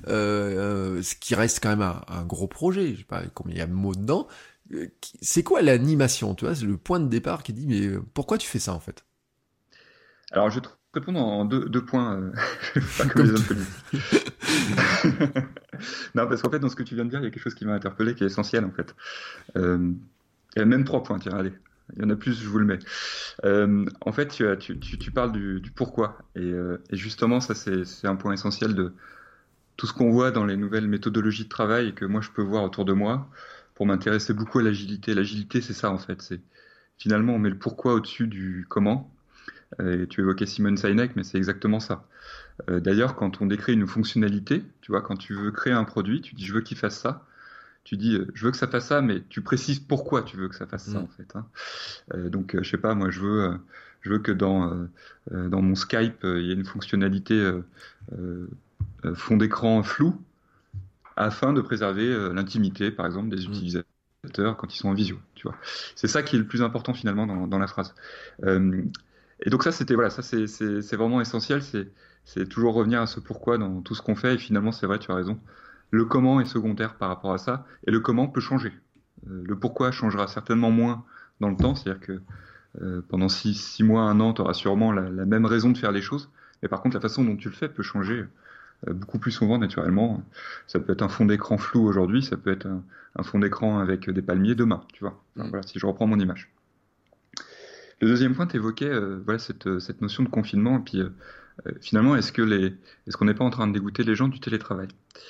ce qui reste quand même un gros projet, je sais pas combien il y a de mots dedans, c'est quoi l'animation, tu vois, c'est le point de départ qui dit, mais pourquoi tu fais ça, en fait? Alors, je vais te répondre en deux points, pas comme les hommes politiques. Non, parce qu'en fait, dans ce que tu viens de dire, il y a quelque chose qui m'a interpellé, qui est essentiel, en fait. Il y a même 3 points, tiens, allez. Il y en a plus, je vous le mets. En fait, tu parles du pourquoi. Et justement, ça, c'est un point essentiel de tout ce qu'on voit dans les nouvelles méthodologies de travail et que moi, je peux voir autour de moi pour m'intéresser beaucoup à l'agilité. L'agilité, c'est ça, en fait. C'est finalement, on met le pourquoi au-dessus du comment. Et tu évoquais Simon Sinek, mais c'est exactement ça. D'ailleurs, quand on décrit une fonctionnalité, tu vois, quand tu veux créer un produit, tu dis « je veux qu'il fasse ça ». Tu dis je veux que ça fasse ça, mais tu précises pourquoi tu veux que ça fasse ça, en fait. Hein. Donc, je sais pas, moi, je veux que dans mon Skype, il y ait une fonctionnalité fond d'écran flou, afin de préserver l'intimité, par exemple, des utilisateurs quand ils sont en visio. Tu vois. C'est ça qui est le plus important finalement dans la phrase. Et donc ça, c'est vraiment essentiel. C'est toujours revenir à ce pourquoi dans tout ce qu'on fait. Et finalement, c'est vrai, tu as raison. Le comment est secondaire par rapport à ça, et le comment peut changer. Le pourquoi changera certainement moins dans le temps, c'est-à-dire que pendant 6 mois, 1 an, tu auras sûrement la même raison de faire les choses, mais par contre, la façon dont tu le fais peut changer beaucoup plus souvent, naturellement. Ça peut être un fond d'écran flou aujourd'hui, ça peut être un fond d'écran avec des palmiers demain, tu vois. Enfin, voilà, si je reprends mon image. Le deuxième point, tu évoquais cette notion de confinement, et puis finalement, est-ce qu'on n'est pas en train de dégoûter les gens du télétravail ?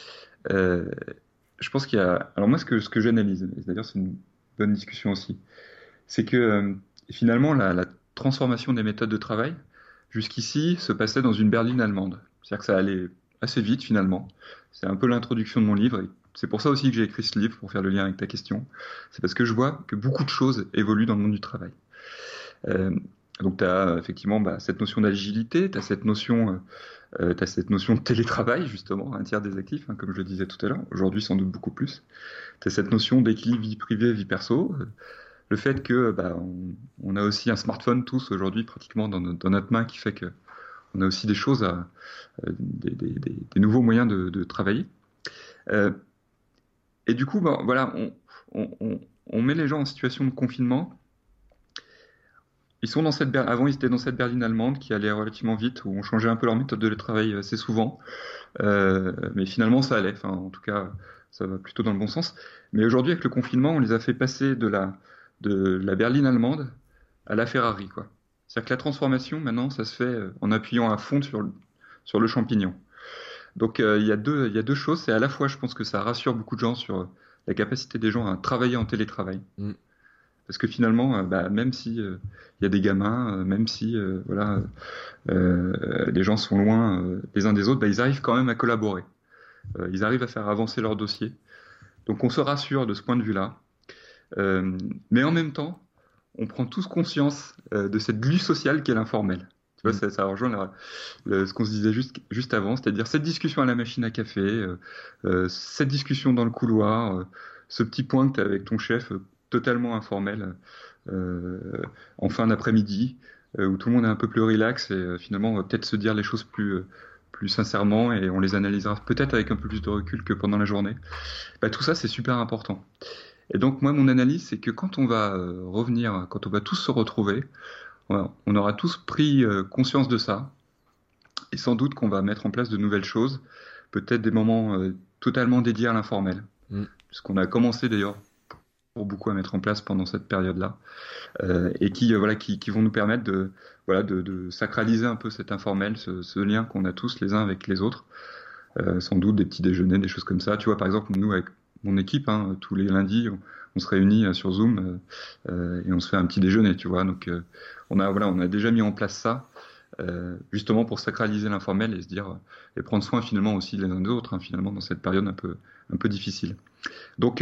Je pense qu'il y a... Alors moi, ce que j'analyse, et d'ailleurs c'est une bonne discussion aussi, c'est que finalement la transformation des méthodes de travail, jusqu'ici, se passait dans une berline allemande. C'est-à-dire que ça allait assez vite finalement. C'est un peu l'introduction de mon livre, et c'est pour ça aussi que j'ai écrit ce livre, pour faire le lien avec ta question. C'est parce que je vois que beaucoup de choses évoluent dans le monde du travail. Donc tu as effectivement cette notion d'agilité, tu as cette notion de télétravail, justement, 1/3 des actifs, hein, comme je le disais tout à l'heure, aujourd'hui sans doute beaucoup plus. Tu as cette notion d'équilibre vie privée, vie perso, le fait que on a aussi un smartphone tous aujourd'hui pratiquement dans notre main, qui fait que on a aussi des choses, des nouveaux moyens de travailler. Et du coup, voilà, on met les gens en situation de confinement. Ils sont avant, ils étaient dans cette berline allemande qui allait relativement vite, où on changeait un peu leur méthode de travail assez souvent. Mais finalement, ça allait. Enfin, en tout cas, ça va plutôt dans le bon sens. Mais aujourd'hui, avec le confinement, on les a fait passer de la berline allemande à la Ferrari, quoi. C'est-à-dire que la transformation, maintenant, ça se fait en appuyant à fond sur le champignon. Donc, il y a deux choses. C'est à la fois, je pense que ça rassure beaucoup de gens sur la capacité des gens à travailler en télétravail. parce que finalement, même si il y a des gamins, même si les gens sont loin les uns des autres, ils arrivent quand même à collaborer. Ils arrivent à faire avancer leur dossier. Donc on se rassure de ce point de vue-là. Mais en même temps, on prend tous conscience de cette glu sociale qu'est l'informel. Tu vois, ça rejoint ce qu'on se disait juste avant, c'est-à-dire cette discussion à la machine à café, cette discussion dans le couloir, ce petit point que tu as avec ton chef totalement informel en fin d'après-midi, où tout le monde est un peu plus relax et finalement on va peut-être se dire les choses plus sincèrement et on les analysera peut-être avec un peu plus de recul que pendant la journée. Tout ça, c'est super important. Et donc moi, mon analyse, c'est que quand on va revenir, quand on va tous se retrouver, on aura tous pris conscience de ça et sans doute qu'on va mettre en place de nouvelles choses, peut-être des moments totalement dédiés à l'informel, puisqu'on a commencé d'ailleurs pour beaucoup à mettre en place pendant cette période-là, et qui vont nous permettre de sacraliser un peu cet informel, ce lien qu'on a tous les uns avec les autres, sans doute des petits déjeuners, des choses comme ça. Tu vois, par exemple, nous avec mon équipe, tous les lundis, on se réunit sur Zoom et on se fait un petit déjeuner, tu vois. Donc on a déjà mis en place ça, justement pour sacraliser l'informel et se dire et prendre soin finalement aussi les uns des autres, finalement dans cette période un peu difficile. Donc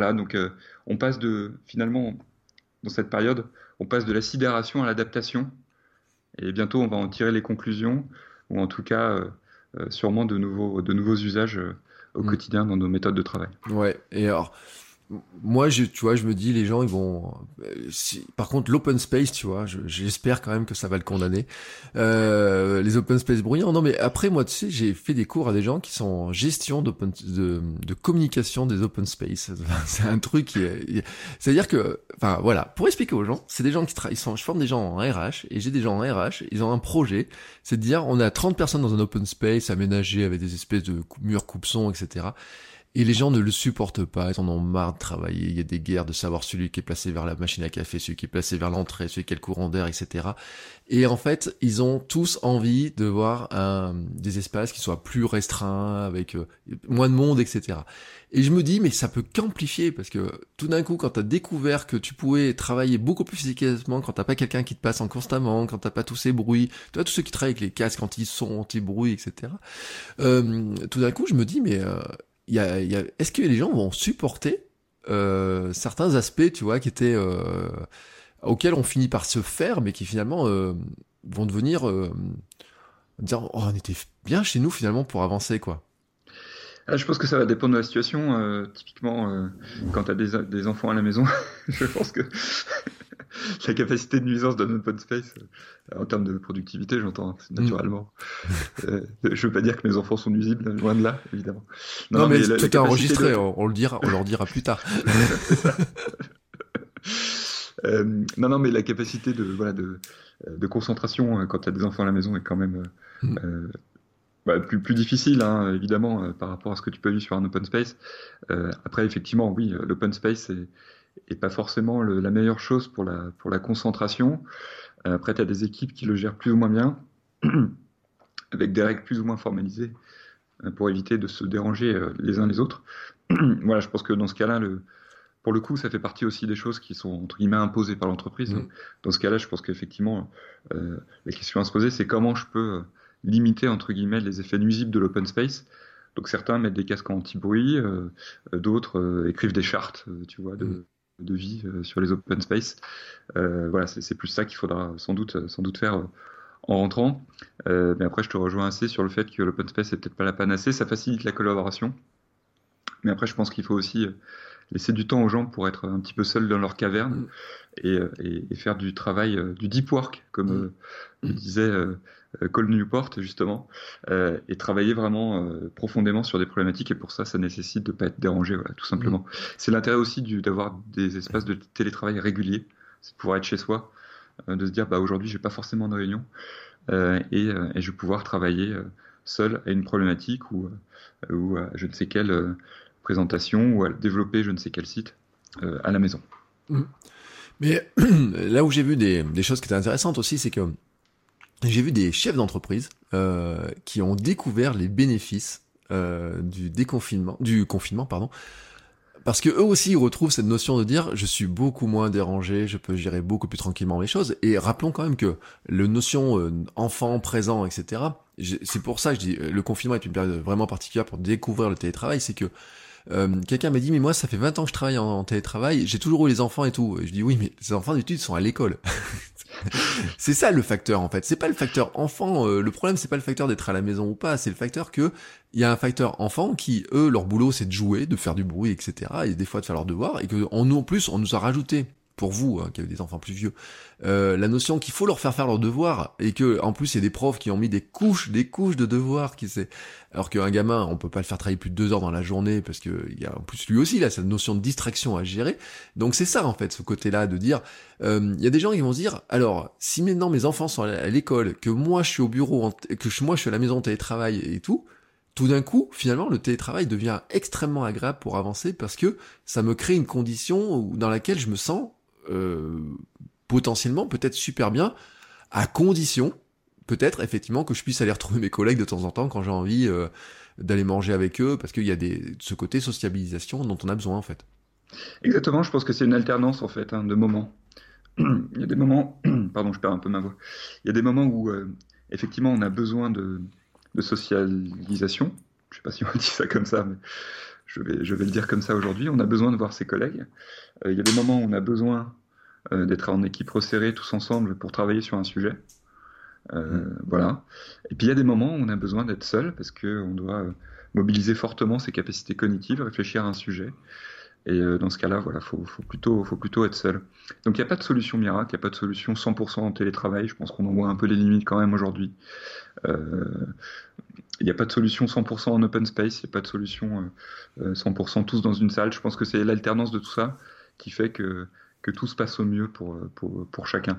on passe finalement dans cette période, on passe de la sidération à l'adaptation et bientôt on va en tirer les conclusions ou en tout cas sûrement de nouveaux usages au quotidien dans nos méthodes de travail. Ouais, et alors moi, tu vois, je me dis, les gens, ils vont... Par contre, l'open space, tu vois, j'espère quand même que ça va le condamner. Les open space bruyants, non, mais après, moi, tu sais, j'ai fait des cours à des gens qui sont en gestion de communication des open space. C'est un truc c'est-à-dire que, enfin, voilà, pour expliquer aux gens, c'est des gens je forme des gens en RH, et j'ai des gens en RH, ils ont un projet, c'est de dire, on a 30 personnes dans un open space aménagé avec des espèces de murs coupe-sons, etc., et les gens ne le supportent pas, ils en ont marre de travailler, il y a des guerres de savoir celui qui est placé vers la machine à café, celui qui est placé vers l'entrée, celui qui a le courant d'air, etc. Et en fait, ils ont tous envie de voir des espaces qui soient plus restreints, avec moins de monde, etc. Et je me dis, mais ça peut qu'amplifier, parce que tout d'un coup, quand t'as découvert que tu pouvais travailler beaucoup plus efficacement, quand t'as pas quelqu'un qui te passe en constamment, quand t'as pas tous ces bruits, tu vois, tous ceux qui travaillent avec les casques anti-bruit, etc. Tout d'un coup, je me dis, mais... est-ce que les gens vont supporter certains aspects, tu vois, qui étaient auxquels on finit par se faire, mais qui finalement vont devenir dire on était bien chez nous finalement pour avancer, quoi. Je pense que ça va dépendre de la situation. Typiquement, quand tu as des enfants à la maison, je pense que la capacité de nuisance d'un open space, en termes de productivité, j'entends, naturellement. Je veux pas dire que mes enfants sont nuisibles, loin de là, évidemment. Non, mais tout est enregistré, on leur dira plus tard. Non, mais la capacité de concentration quand tu as des enfants à la maison est quand même plus difficile, évidemment, par rapport à ce que tu peux vivre sur un open space. Après, effectivement, oui, l'open space est pas forcément la meilleure chose pour la concentration. Après, tu as des équipes qui le gèrent plus ou moins bien, avec des règles plus ou moins formalisées, pour éviter de se déranger les uns les autres. Voilà, je pense que dans ce cas-là, pour le coup, ça fait partie aussi des choses qui sont, entre guillemets, imposées par l'entreprise. Dans ce cas-là, je pense qu'effectivement, la question à se poser, c'est comment je peux limiter, entre guillemets, les effets nuisibles de l'open space. Donc certains mettent des casques anti-bruit, d'autres écrivent des chartes, tu vois, de vie sur les open space. Voilà, c'est plus ça qu'il faudra sans doute faire en rentrant. Mais après, je te rejoins assez sur le fait que l'open space, c'est peut-être pas la panacée. Ça facilite la collaboration. Mais après, je pense qu'il faut aussi laisser du temps aux gens pour être un petit peu seuls dans leur caverne et faire du travail, du deep work, comme le disait Cole Newport, justement, et travailler vraiment profondément sur des problématiques. Et pour ça, ça nécessite de ne pas être dérangé, voilà, tout simplement. C'est l'intérêt aussi d'avoir des espaces de télétravail réguliers, c'est de pouvoir être chez soi, de se dire, aujourd'hui, je n'ai pas forcément de réunion, et je vais pouvoir travailler seul à une problématique ou à je ne sais quelle présentation ou à développer je ne sais quel site à la maison. Mais là où j'ai vu des choses qui étaient intéressantes aussi, c'est que j'ai vu des chefs d'entreprise qui ont découvert les bénéfices du confinement, Parce que eux aussi ils retrouvent cette notion de dire je suis beaucoup moins dérangé, je peux gérer beaucoup plus tranquillement mes choses. Et rappelons quand même que le notion enfant présent, etc. C'est pour ça que je dis le confinement est une période vraiment particulière pour découvrir le télétravail. C'est que quelqu'un m'a dit mais moi ça fait 20 ans que je travaille en télétravail, j'ai toujours eu les enfants et tout. Et je dis oui mais les enfants d'études sont à l'école. C'est ça le facteur en fait. C'est pas le facteur enfant. Le problème c'est pas le facteur d'être à la maison ou pas. C'est le facteur que il y a un facteur enfant qui eux leur boulot c'est de jouer, de faire du bruit, etc. Et des fois de faire leurs devoirs et que en plus on nous a rajouté pour vous qui avez des enfants plus vieux la notion qu'il faut leur faire leurs devoirs et que en plus il y a des profs qui ont mis des couches de devoirs alors qu'un gamin on peut pas le faire travailler plus de 2 heures dans la journée parce que il y a en plus lui aussi là cette notion de distraction à gérer. Donc c'est ça en fait ce côté-là de dire il y a des gens qui vont se dire alors si maintenant mes enfants sont à l'école, que moi je suis au bureau, moi je suis à la maison en télétravail et tout d'un coup, finalement, le télétravail devient extrêmement agréable pour avancer parce que ça me crée une condition dans laquelle je me sens potentiellement peut-être super bien, à condition peut-être effectivement que je puisse aller retrouver mes collègues de temps en temps quand j'ai envie d'aller manger avec eux, parce qu'il y a ce côté sociabilisation dont on a besoin en fait. Exactement, je pense que c'est une alternance en fait de moments. Il y a des moments, pardon, je perds un peu ma voix. Il y a des moments où effectivement on a besoin de socialisation. Je sais pas si on dit ça comme ça, mais je vais le dire comme ça aujourd'hui. On a besoin de voir ses collègues. Il y a des moments où on a besoin d'être en équipe resserrée tous ensemble pour travailler sur un sujet. Voilà. Et puis il y a des moments où on a besoin d'être seul parce qu'on doit mobiliser fortement ses capacités cognitives, réfléchir à un sujet. Et dans ce cas-là, voilà, faut plutôt être seul. Donc il n'y a pas de solution miracle, il n'y a pas de solution 100% en télétravail. Je pense qu'on en voit un peu les limites quand même aujourd'hui. Il n'y a pas de solution 100% en open space, il n'y a pas de solution 100% tous dans une salle. Je pense que c'est l'alternance de tout ça qui fait que tout se passe au mieux pour chacun.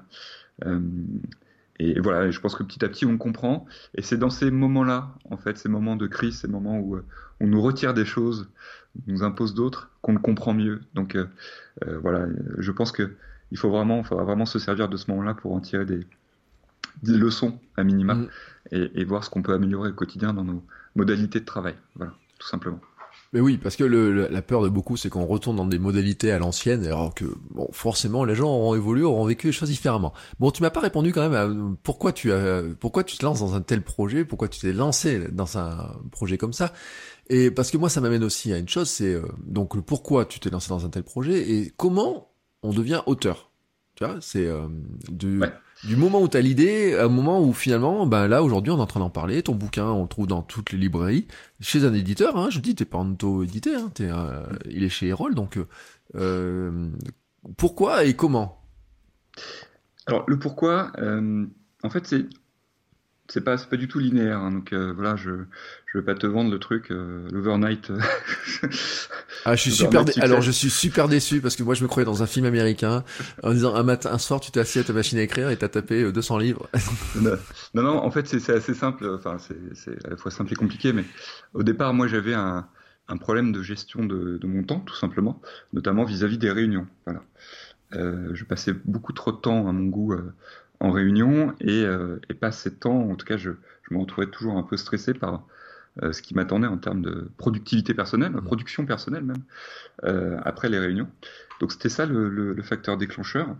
Et voilà, je pense que petit à petit on comprend. Et c'est dans ces moments-là, en fait, ces moments de crise, ces moments où on nous retire des choses, on nous impose d'autres, qu'on le comprend mieux. Donc voilà, je pense que faudra vraiment se servir de ce moment-là pour en tirer des leçons à minima et voir ce qu'on peut améliorer au quotidien dans nos modalités de travail. Voilà, tout simplement. Mais oui, parce que la peur de beaucoup, c'est qu'on retourne dans des modalités à l'ancienne, alors que, bon, forcément, les gens auront évolué, auront vécu les choses différemment. Bon, tu m'as pas répondu quand même à pourquoi tu te lances dans un tel projet, pourquoi tu t'es lancé dans un projet comme ça. Et parce que moi, ça m'amène aussi à une chose, c'est donc le pourquoi tu t'es lancé dans un tel projet et comment on devient auteur. Tu vois, c'est du moment où t'as l'idée, à un moment où finalement, ben là aujourd'hui on est en train d'en parler. Ton bouquin, on le trouve dans toutes les librairies, chez un éditeur. Hein, je dis, t'es pas auto-édité, hein, il est chez Erol. Donc pourquoi et comment? Alors le pourquoi, en fait c'est pas du tout linéaire. Hein, donc voilà, je vais pas te vendre le truc, l'overnight. Ah, je suis super déçu parce que moi je me croyais dans un film américain en disant un soir tu t'es assis à ta machine à écrire et t'as tapé 200 livres. non, en fait c'est assez simple, enfin c'est à la fois simple et compliqué, mais au départ moi j'avais un problème de gestion de mon temps tout simplement, notamment vis-à-vis des réunions. Voilà. Je passais beaucoup trop de temps à mon goût en réunion et pas assez de temps, en tout cas je me retrouvais toujours un peu stressé par ce qui m'attendait en termes de productivité personnelle, production personnelle même, après les réunions. Donc c'était ça le facteur déclencheur.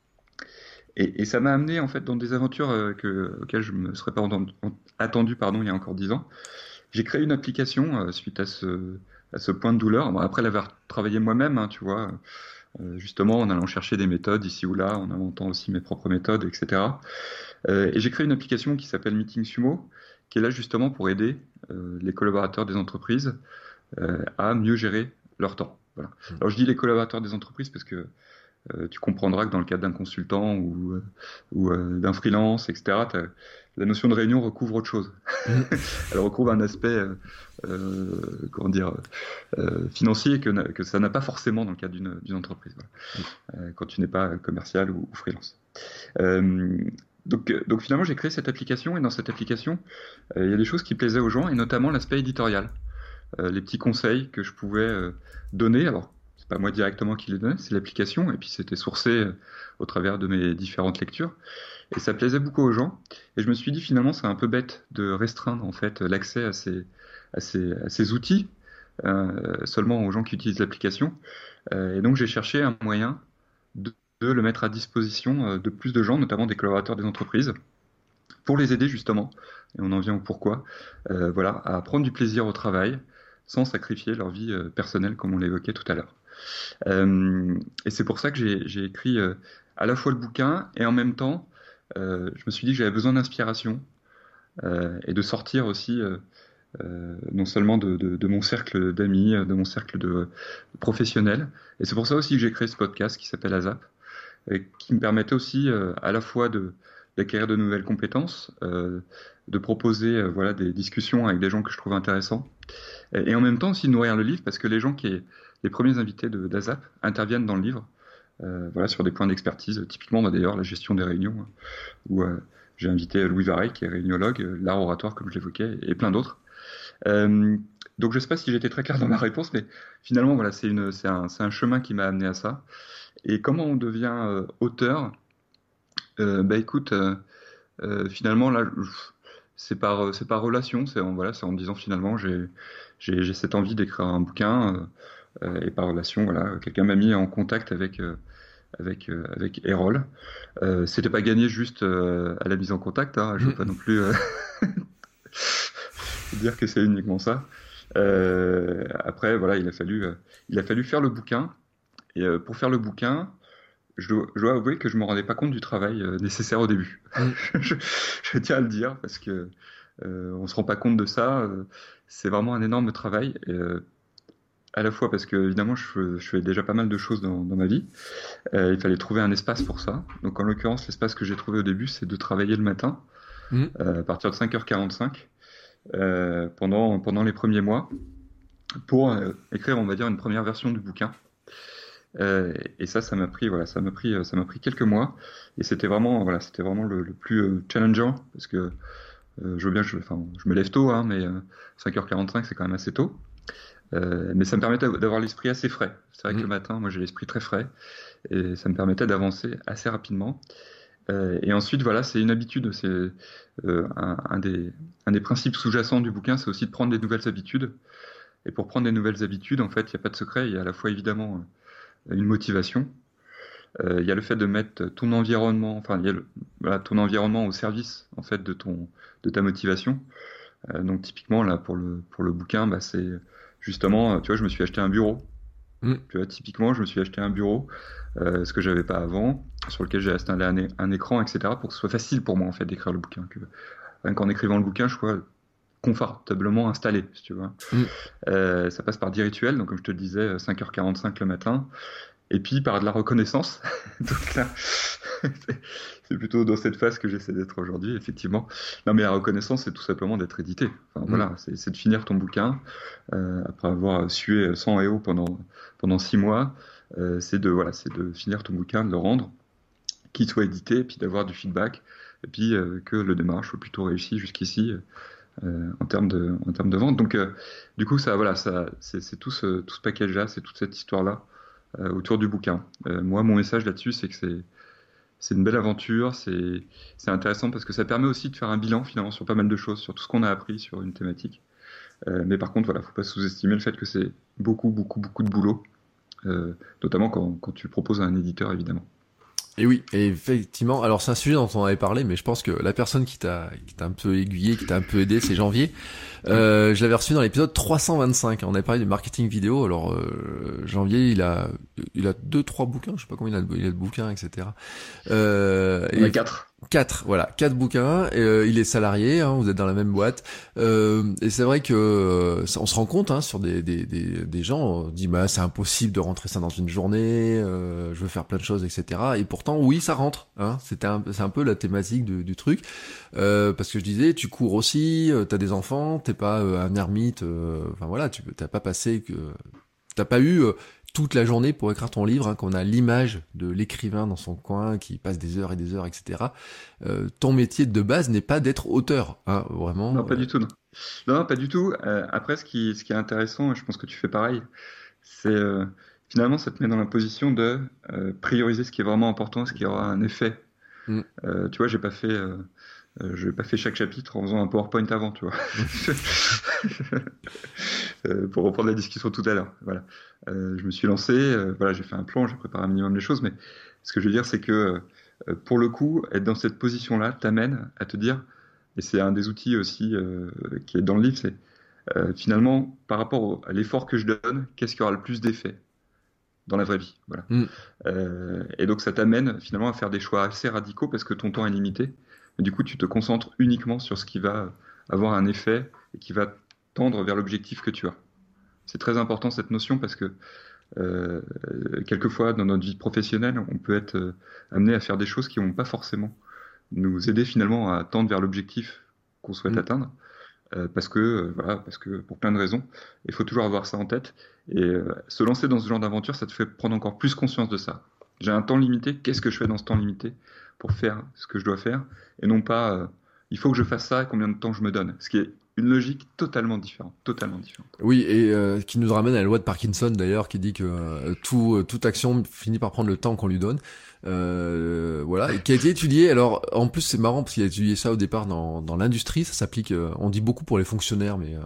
Et ça m'a amené en fait dans des aventures auxquelles je me serais pas attendu il y a encore 10 ans. J'ai créé une application suite à ce point de douleur. Bon, après l'avoir travaillé moi-même, hein, tu vois, justement en allant chercher des méthodes ici ou là, en inventant aussi mes propres méthodes, etc. Et j'ai créé une application qui s'appelle Meeting Sumo, qui est là justement pour aider les collaborateurs des entreprises à mieux gérer leur temps. Voilà. Alors je dis les collaborateurs des entreprises parce que tu comprendras que dans le cadre d'un consultant ou d'un freelance, etc., la notion de réunion recouvre autre chose. Elle recouvre un aspect financier que ça n'a pas forcément dans le cadre d'une entreprise. Voilà. Quand tu n'es pas commercial ou freelance. Donc finalement, j'ai créé cette application et dans cette application, il y a des choses qui plaisaient aux gens et notamment l'aspect éditorial. Les petits conseils que je pouvais donner. Alors, c'est pas moi directement qui les donnais, c'est l'application et puis c'était sourcé au travers de mes différentes lectures. Et ça plaisait beaucoup aux gens. Et je me suis dit finalement, c'est un peu bête de restreindre en fait l'accès à ces outils seulement aux gens qui utilisent l'application. Et donc j'ai cherché un moyen de le mettre à disposition de plus de gens, notamment des collaborateurs des entreprises, pour les aider justement, et on en vient au pourquoi, voilà, à prendre du plaisir au travail sans sacrifier leur vie personnelle comme on l'évoquait tout à l'heure. Et c'est pour ça que j'ai écrit à la fois le bouquin et en même temps, je me suis dit que j'avais besoin d'inspiration et de sortir aussi non seulement de mon cercle d'amis, de mon cercle de professionnels. Et c'est pour ça aussi que j'ai créé ce podcast qui s'appelle ASAP, et qui me permettait aussi à la fois d'acquérir de nouvelles compétences, de proposer voilà, des discussions avec des gens que je trouve intéressants, et en même temps aussi de nourrir le livre, parce que les premiers invités d'ASAP interviennent dans le livre, voilà, sur des points d'expertise, typiquement d'ailleurs la gestion des réunions, où j'ai invité Louis Vareille, qui est réuniologue, l'art oratoire comme je l'évoquais, et plein d'autres. Donc je ne sais pas si j'étais très clair dans ma réponse, mais finalement voilà, c'est un chemin qui m'a amené à ça. Et comment on devient auteur? Écoute, finalement là, c'est par relation, c'est en me disant finalement j'ai cette envie d'écrire un bouquin, et par relation, voilà, quelqu'un m'a mis en contact avec Erol. C'était pas gagné juste à la mise en contact, hein, je veux pas non plus dire que c'est uniquement ça. Après, voilà, il a fallu faire le bouquin. Et pour faire le bouquin, je dois avouer que je me rendais pas compte du travail nécessaire au début. Je tiens à le dire parce que on se rend pas compte de ça. C'est vraiment un énorme travail. Et, à la fois parce que évidemment je fais déjà pas mal de choses dans ma vie. Il fallait trouver un espace pour ça. Donc en l'occurrence, l'espace que j'ai trouvé au début, c'est de travailler le matin à partir de 5h45 pendant les premiers mois pour écrire, on va dire, une première version du bouquin. Et ça m'a pris quelques mois. Et c'était vraiment le plus challengeant parce que je me lève tôt, hein, mais 5h45 c'est quand même assez tôt. Mais ça me permettait d'avoir l'esprit assez frais. C'est vrai que le matin, moi j'ai l'esprit très frais et ça me permettait d'avancer assez rapidement. Et ensuite, voilà, c'est une habitude. C'est un des principes sous-jacents du bouquin, c'est aussi de prendre des nouvelles habitudes. Et pour prendre des nouvelles habitudes, en fait, il n'y a pas de secret. Il y a à la fois évidemment une motivation. Il y a le fait de mettre ton environnement, ton environnement au service en fait de ta motivation. Donc typiquement là pour le bouquin, c'est justement, tu vois, je me suis acheté un bureau. Tu vois, typiquement, je me suis acheté un bureau, ce que j'avais pas avant, sur lequel j'ai installé un écran, etc., pour que ce soit facile pour moi en fait d'écrire le bouquin. Rien qu'en écrivant le bouquin, je sois confortablement installé, si tu veux. Ça passe par 10 rituels, donc comme je te le disais, 5h45 le matin, et puis par de la reconnaissance. Donc là, c'est plutôt dans cette phase que j'essaie d'être aujourd'hui, effectivement. Non, mais la reconnaissance, c'est tout simplement d'être édité. Enfin, voilà, c'est de finir ton bouquin après avoir sué sang et eau pendant 6 mois. C'est de finir ton bouquin, de le rendre, qu'il soit édité, et puis d'avoir du feedback, et puis que le démarche soit plutôt réussi jusqu'ici en termes de vente. Donc, du coup, c'est tout ce package-là, c'est toute cette histoire-là autour du bouquin. Moi, mon message là-dessus, c'est que c'est une belle aventure, c'est intéressant parce que ça permet aussi de faire un bilan finalement sur pas mal de choses, sur tout ce qu'on a appris sur une thématique. Mais par contre, voilà, faut pas sous-estimer le fait que c'est beaucoup, beaucoup, beaucoup de boulot, notamment quand tu proposes à un éditeur, évidemment. Et oui, et effectivement, alors c'est un sujet dont on avait parlé, mais je pense que la personne qui t'a un peu aiguillé, qui t'a un peu aidé, c'est Janvier. Je l'avais reçu dans l'épisode 325. On avait parlé du marketing vidéo. Alors Janvier, il a 2-3 bouquins, je sais pas combien il a de bouquins, etc. Il y a 4. 4 bouquins. Il est salarié, hein, vous êtes dans la même boîte. Et c'est vrai que on se rend compte, hein, sur des gens, on dit c'est impossible de rentrer ça dans une journée. Je veux faire plein de choses, etc. Et pourtant, oui, ça rentre. Hein, c'est un peu la thématique du truc. Parce que je disais, tu cours aussi, t'as des enfants, t'es pas un ermite. Enfin voilà, t'as pas eu toute la journée pour écrire ton livre, hein, qu'on a l'image de l'écrivain dans son coin qui passe des heures et des heures, etc. Ton métier de base n'est pas d'être auteur, hein, vraiment. Non, pas du tout. Non, pas du tout. Après, ce qui est intéressant, et je pense que tu fais pareil, c'est finalement, ça te met dans la position de prioriser ce qui est vraiment important, ce qui aura un effet. Tu vois, j'ai pas fait Je n'ai pas fait chaque chapitre en faisant un PowerPoint avant, tu vois. Pour reprendre la discussion tout à l'heure. Voilà. Je me suis lancé, voilà, j'ai fait un plan, j'ai préparé un minimum de choses, mais ce que je veux dire, c'est que pour le coup, être dans cette position-là t'amène à te dire, et c'est un des outils aussi qui est dans le livre, c'est finalement, par rapport à l'effort que je donne, qu'est-ce qui aura le plus d'effet dans la vraie vie, voilà. Et donc ça t'amène finalement à faire des choix assez radicaux parce que ton temps est limité. Et du coup, tu te concentres uniquement sur ce qui va avoir un effet et qui va tendre vers l'objectif que tu as. C'est très important cette notion parce que quelquefois dans notre vie professionnelle, on peut être amené à faire des choses qui vont pas forcément nous aider finalement à tendre vers l'objectif qu'on souhaite atteindre. Parce que pour plein de raisons, il faut toujours avoir ça en tête. Et se lancer dans ce genre d'aventure, ça te fait prendre encore plus conscience de ça. J'ai un temps limité, qu'est-ce que je fais dans ce temps limité pour faire ce que je dois faire, et non pas il faut que je fasse ça et combien de temps je me donne. Ce qui est une logique totalement différente. Oui, et qui nous ramène à la loi de Parkinson d'ailleurs, qui dit que toute action finit par prendre le temps qu'on lui donne. Voilà, et qui a été étudié. Alors, en plus, c'est marrant parce qu'il a étudié ça au départ dans l'industrie. Ça s'applique. On dit beaucoup pour les fonctionnaires, mais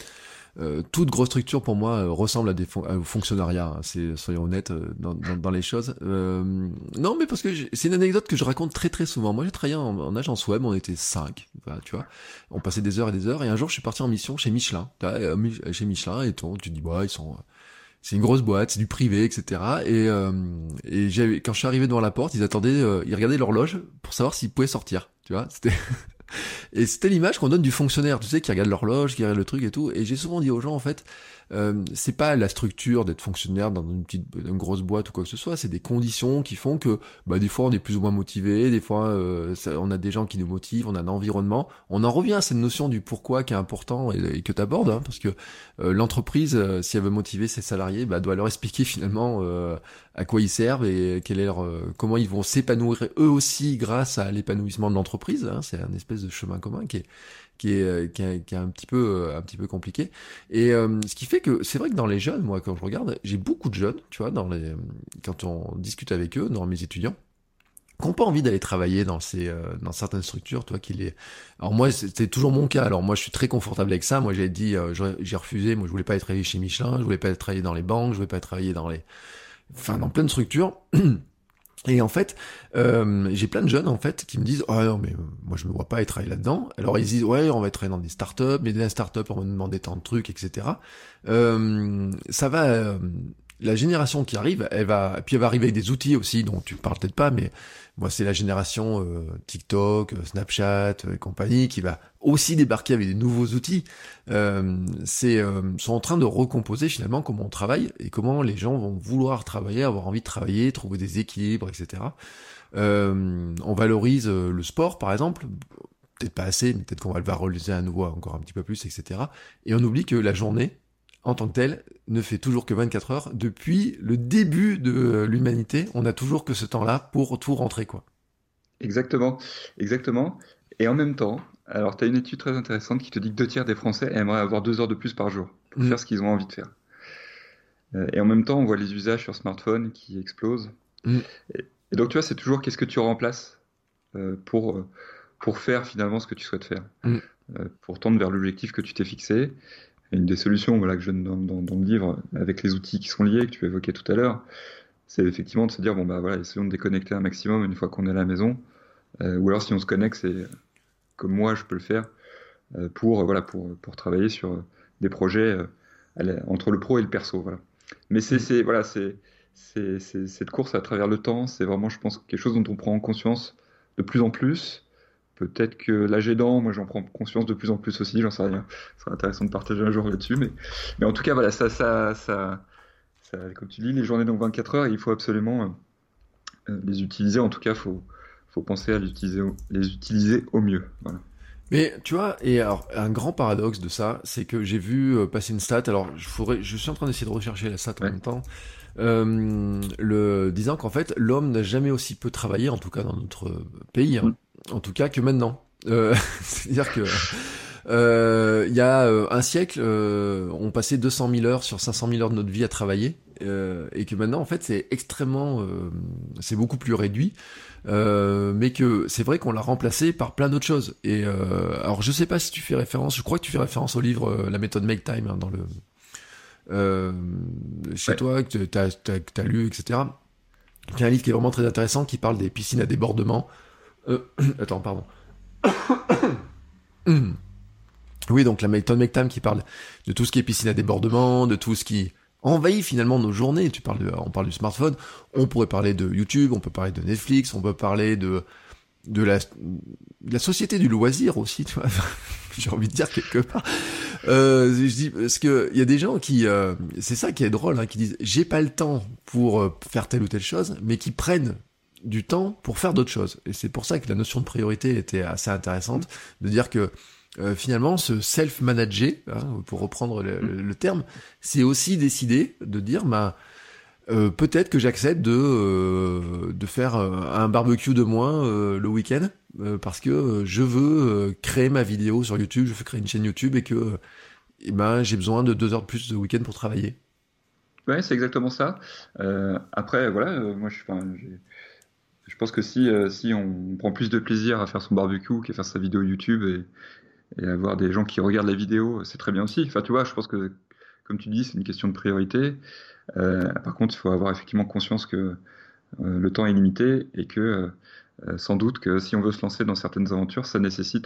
toute grosse structure pour moi ressemble au fonctionnariat. Soyons honnêtes dans les choses. Non, mais parce que c'est une anecdote que je raconte très très souvent. Moi, j'ai travaillé en agence web. On était 5, voilà, tu vois. On passait des heures et des heures. Et un jour, je suis parti en mission chez Michelin. Chez Michelin, et tu te dis, bah, c'est une grosse boîte, c'est du privé, etc. Et quand je suis arrivé devant la porte, ils regardaient l'horloge pour savoir s'ils pouvaient sortir. Tu vois, et c'était l'image qu'on donne du fonctionnaire, tu sais, qui regarde l'horloge, qui regarde le truc et tout. Et j'ai souvent dit aux gens, en fait, c'est pas la structure d'être fonctionnaire dans une grosse boîte ou quoi que ce soit, c'est des conditions qui font que, bah, des fois on est plus ou moins motivé, des fois on a des gens qui nous motivent, on a un environnement. On en revient à cette notion du pourquoi qui est important et que t'abordes, hein, parce que l'entreprise, si elle veut motiver ses salariés, bah, doit leur expliquer finalement à quoi ils servent et comment ils vont s'épanouir eux aussi grâce à l'épanouissement de l'entreprise. Hein. C'est un espèce de chemin commun qui est un petit peu compliqué. Et ce qui fait que c'est vrai que dans les jeunes, moi quand je regarde, j'ai beaucoup de jeunes, tu vois, quand on discute avec eux, dans mes étudiants, qui n'ont pas envie d'aller travailler dans certaines structures, toi, alors moi, c'était toujours mon cas. Alors moi, je suis très confortable avec ça. Moi, j'ai dit, j'ai refusé. Moi, je voulais pas être travailler chez Michelin, je voulais pas être travailler dans les banques, je voulais pas travailler dans plein de structures. Et en fait, j'ai plein de jeunes en fait qui me disent oh non mais moi je me vois pas aller travailler là-dedans. Alors ils disent ouais on va travailler dans des startups, mais dans les startups on va nous demander tant de trucs, etc. Ça va. La génération qui arrive, elle va arriver avec des outils aussi dont tu parles peut-être pas, mais moi c'est la génération TikTok, Snapchat et compagnie qui va aussi débarquer avec des nouveaux outils. Sont en train de recomposer finalement comment on travaille et comment les gens vont vouloir travailler, avoir envie de travailler, trouver des équilibres, etc. On valorise le sport par exemple, peut-être pas assez, mais peut-être qu'on va le valoriser à nouveau encore un petit peu plus, etc. Et on oublie que la journée en tant que telle, ne fait toujours que 24 heures. Depuis le début de l'humanité, on a toujours que ce temps-là pour tout rentrer, quoi. Exactement. Et en même temps, alors tu as une étude très intéressante qui te dit que 2 tiers des Français aimeraient avoir 2 heures de plus par jour pour faire ce qu'ils ont envie de faire. Et en même temps, on voit les usages sur smartphone qui explosent. Et donc, tu vois, c'est toujours qu'est-ce que tu remplaces pour faire finalement ce que tu souhaites faire, pour tendre vers l'objectif que tu t'es fixé. Et une des solutions que je donne dans le livre, avec les outils qui sont liés, que tu évoquais tout à l'heure, c'est effectivement de se dire, bon bah voilà, essayons de déconnecter un maximum une fois qu'on est à la maison, ou alors si on se connecte, c'est comme moi je peux le faire, pour travailler sur des projets entre le pro et le perso, voilà. Mais c'est cette course à travers le temps, c'est vraiment, je pense, quelque chose dont on prend conscience de plus en plus. Peut-être que l'âge aidant, moi j'en prends conscience de plus en plus aussi, j'en sais rien. Ce serait intéressant de partager un jour là-dessus, mais en tout cas voilà, ça, comme tu dis, les journées donc 24 heures, il faut absolument les utiliser. En tout cas, faut penser à les utiliser au mieux. Voilà. Mais tu vois, et alors un grand paradoxe de ça, c'est que j'ai vu passer une stat. Alors je suis en train d'essayer de rechercher la stat en même temps. Disant qu'en fait l'homme n'a jamais aussi peu travaillé, en tout cas dans notre pays. Hein. En tout cas que maintenant. C'est-à-dire que il y a un siècle, on passait 200 000 heures sur 500 000 heures de notre vie à travailler. et que maintenant en fait c'est extrêmement, c'est beaucoup plus réduit, mais que c'est vrai qu'on l'a remplacé par plein d'autres choses. Et alors je sais pas si tu fais référence, je crois que tu fais référence au livre La méthode Make Time dans le chez toi que t'as lu, etc. Il y a un livre qui est vraiment très intéressant qui parle des piscines à débordement. Attends, pardon. Oui, donc la méthode Make Time qui parle de tout ce qui est piscine à débordement, de tout ce qui envahit finalement nos journées. On parle du smartphone, on pourrait parler de YouTube, on peut parler de Netflix, on peut parler de la société du loisir aussi, tu vois. J'ai envie de dire quelque part. Je dis parce que il y a des gens qui, c'est ça qui est drôle, hein, qui disent j'ai pas le temps pour faire telle ou telle chose, mais qui prennent du temps pour faire d'autres choses. Et c'est pour ça que la notion de priorité était assez intéressante, de dire que finalement, ce self-manager, hein, pour reprendre le terme, c'est aussi décider de dire, peut-être que j'accepte de faire un barbecue de moins le week-end, parce que je veux créer ma vidéo sur YouTube, je veux créer une chaîne YouTube et que j'ai besoin de 2 heures de plus de week-end pour travailler. Ouais, c'est exactement ça. Après, voilà, moi, je pense que si on prend plus de plaisir à faire son barbecue qu'à faire sa vidéo YouTube et avoir des gens qui regardent la vidéo, c'est très bien aussi. Enfin, tu vois, je pense que, comme tu dis, c'est une question de priorité. Par contre, il faut avoir effectivement conscience que le temps est limité et que sans doute que si on veut se lancer dans certaines aventures, ça nécessite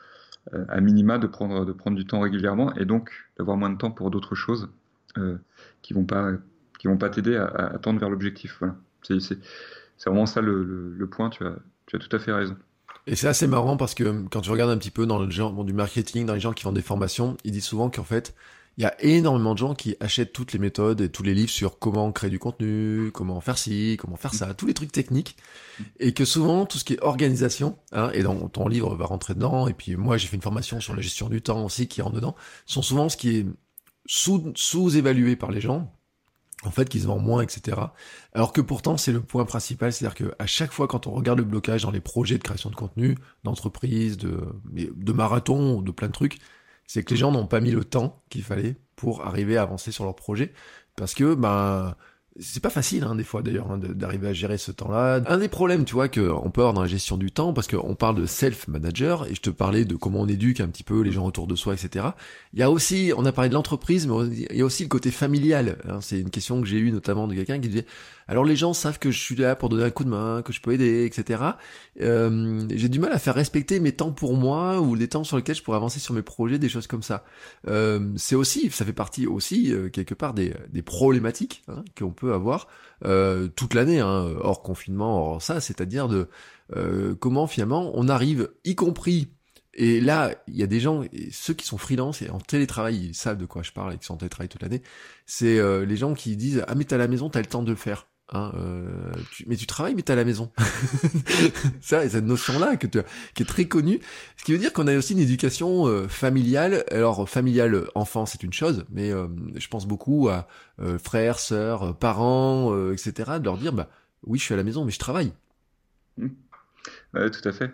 un minima de prendre du temps régulièrement et donc d'avoir moins de temps pour d'autres choses qui vont pas t'aider à tendre vers l'objectif. Voilà. C'est vraiment ça le point. Tu as tout à fait raison. Et c'est assez marrant parce que quand tu regardes un petit peu dans le genre du marketing, dans les gens qui vendent des formations, ils disent souvent qu'en fait, il y a énormément de gens qui achètent toutes les méthodes et tous les livres sur comment créer du contenu, comment faire ci, comment faire ça, tous les trucs techniques. Et que souvent, tout ce qui est organisation, hein, et dans ton livre va rentrer dedans, et puis moi j'ai fait une formation sur la gestion du temps aussi qui rentre dedans, sont souvent ce qui est sous-évalué par les gens, en fait, qui se vend moins, etc. Alors que pourtant, c'est le point principal, c'est-à-dire que à chaque fois, quand on regarde le blocage dans les projets de création de contenu, d'entreprise, de marathon, de plein de trucs, c'est que les gens n'ont pas mis le temps qu'il fallait pour arriver à avancer sur leur projet, parce que c'est pas facile, hein, des fois d'ailleurs, hein, d'arriver à gérer ce temps-là. Un des problèmes, tu vois, qu'on peut avoir dans la gestion du temps, parce qu'on parle de self-manager, et je te parlais de comment on éduque un petit peu les gens autour de soi, etc. Il y a aussi, on a parlé de l'entreprise, mais il y a aussi le côté familial. Hein. C'est une question que j'ai eue notamment de quelqu'un qui disait, alors les gens savent que je suis là pour donner un coup de main, que je peux aider, etc. J'ai du mal à faire respecter mes temps pour moi, ou les temps sur lesquels je pourrais avancer sur mes projets, des choses comme ça. C'est aussi, ça fait partie aussi, quelque part, des problématiques, hein, qu'on peut avoir toute l'année, hein, hors confinement, hors ça, c'est-à-dire de comment finalement on arrive, y compris, et là il y a des gens, et ceux qui sont freelance et en télétravail, ils savent de quoi je parle et qui sont en télétravail toute l'année, c'est les gens qui disent ah mais t'es à la maison, t'as le temps de le faire. Hein, mais tu travailles mais t'es à la maison. Ça, et cette notion-là qui est très connue, ce qui veut dire qu'on a aussi une éducation familiale. Alors familiale enfant c'est une chose, mais je pense beaucoup à frères, sœurs, parents, etc. de leur dire oui je suis à la maison mais je travaille. Ouais, tout à fait.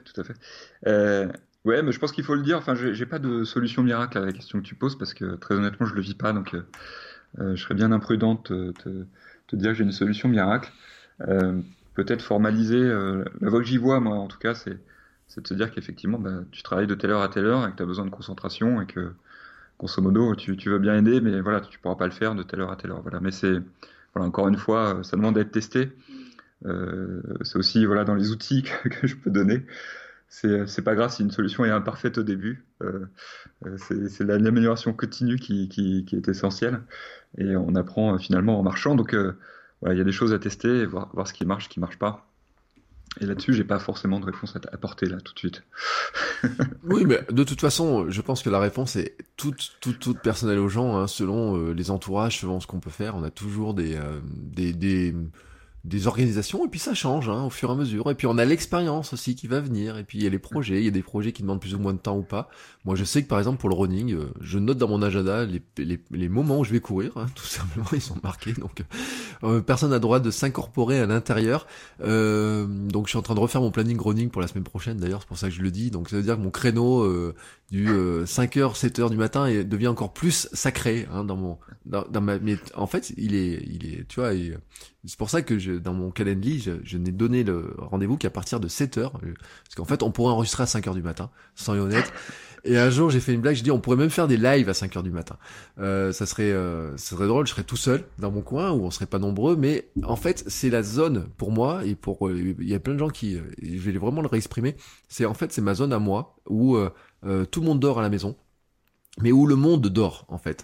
Ouais, mais je pense qu'il faut le dire. Enfin, j'ai pas de solution miracle à la question que tu poses parce que très honnêtement je le vis pas, donc je serais bien imprudent de te dire que j'ai une solution miracle. Peut-être formaliser, la voie que j'y vois, moi, en tout cas, c'est de se dire qu'effectivement, tu travailles de telle heure à telle heure et que tu as besoin de concentration et que, grosso modo, tu veux bien aider, mais voilà, tu pourras pas le faire de telle heure à telle heure. Voilà. Mais voilà, encore une fois, ça demande d'être testé. C'est aussi, voilà, dans les outils que je peux donner. C'est pas grave si une solution est imparfaite au début. C'est l'amélioration continue qui est essentielle. Et on apprend finalement en marchant. Donc voilà, il y a des choses à tester, voir ce qui marche pas. Et là-dessus, j'ai pas forcément de réponse à apporter là tout de suite. Oui, mais de toute façon, je pense que la réponse est toute personnelle aux gens, hein, selon les entourages, selon ce qu'on peut faire. On a toujours des des organisations, et puis ça change au fur et à mesure. Et puis on a l'expérience aussi qui va venir, et puis il y a les projets, il y a des projets qui demandent plus ou moins de temps ou pas. Moi je sais que par exemple pour le running, je note dans mon agenda les moments où je vais courir, tout simplement, ils sont marqués, donc personne n'a droit de s'incorporer à l'intérieur. Donc je suis en train de refaire mon planning running pour la semaine prochaine, d'ailleurs c'est pour ça que je le dis. Donc ça veut dire que mon créneau du 5h, 7h du matin devient encore plus sacré dans ma, mais en fait il est tu vois, c'est pour ça que dans mon calendrier je n'ai donné le rendez-vous qu'à partir de 7h, parce qu'en fait on pourrait enregistrer à 5h du matin, sans y honnête. Et un jour j'ai fait une blague, j'ai dit on pourrait même faire des lives à 5h du matin. Ça serait drôle, je serais tout seul dans mon coin où on serait pas nombreux, mais en fait c'est la zone pour moi, et pour il y a plein de gens qui je vais vraiment le réexprimer, c'est ma zone à moi où tout le monde dort à la maison, mais où le monde dort en fait.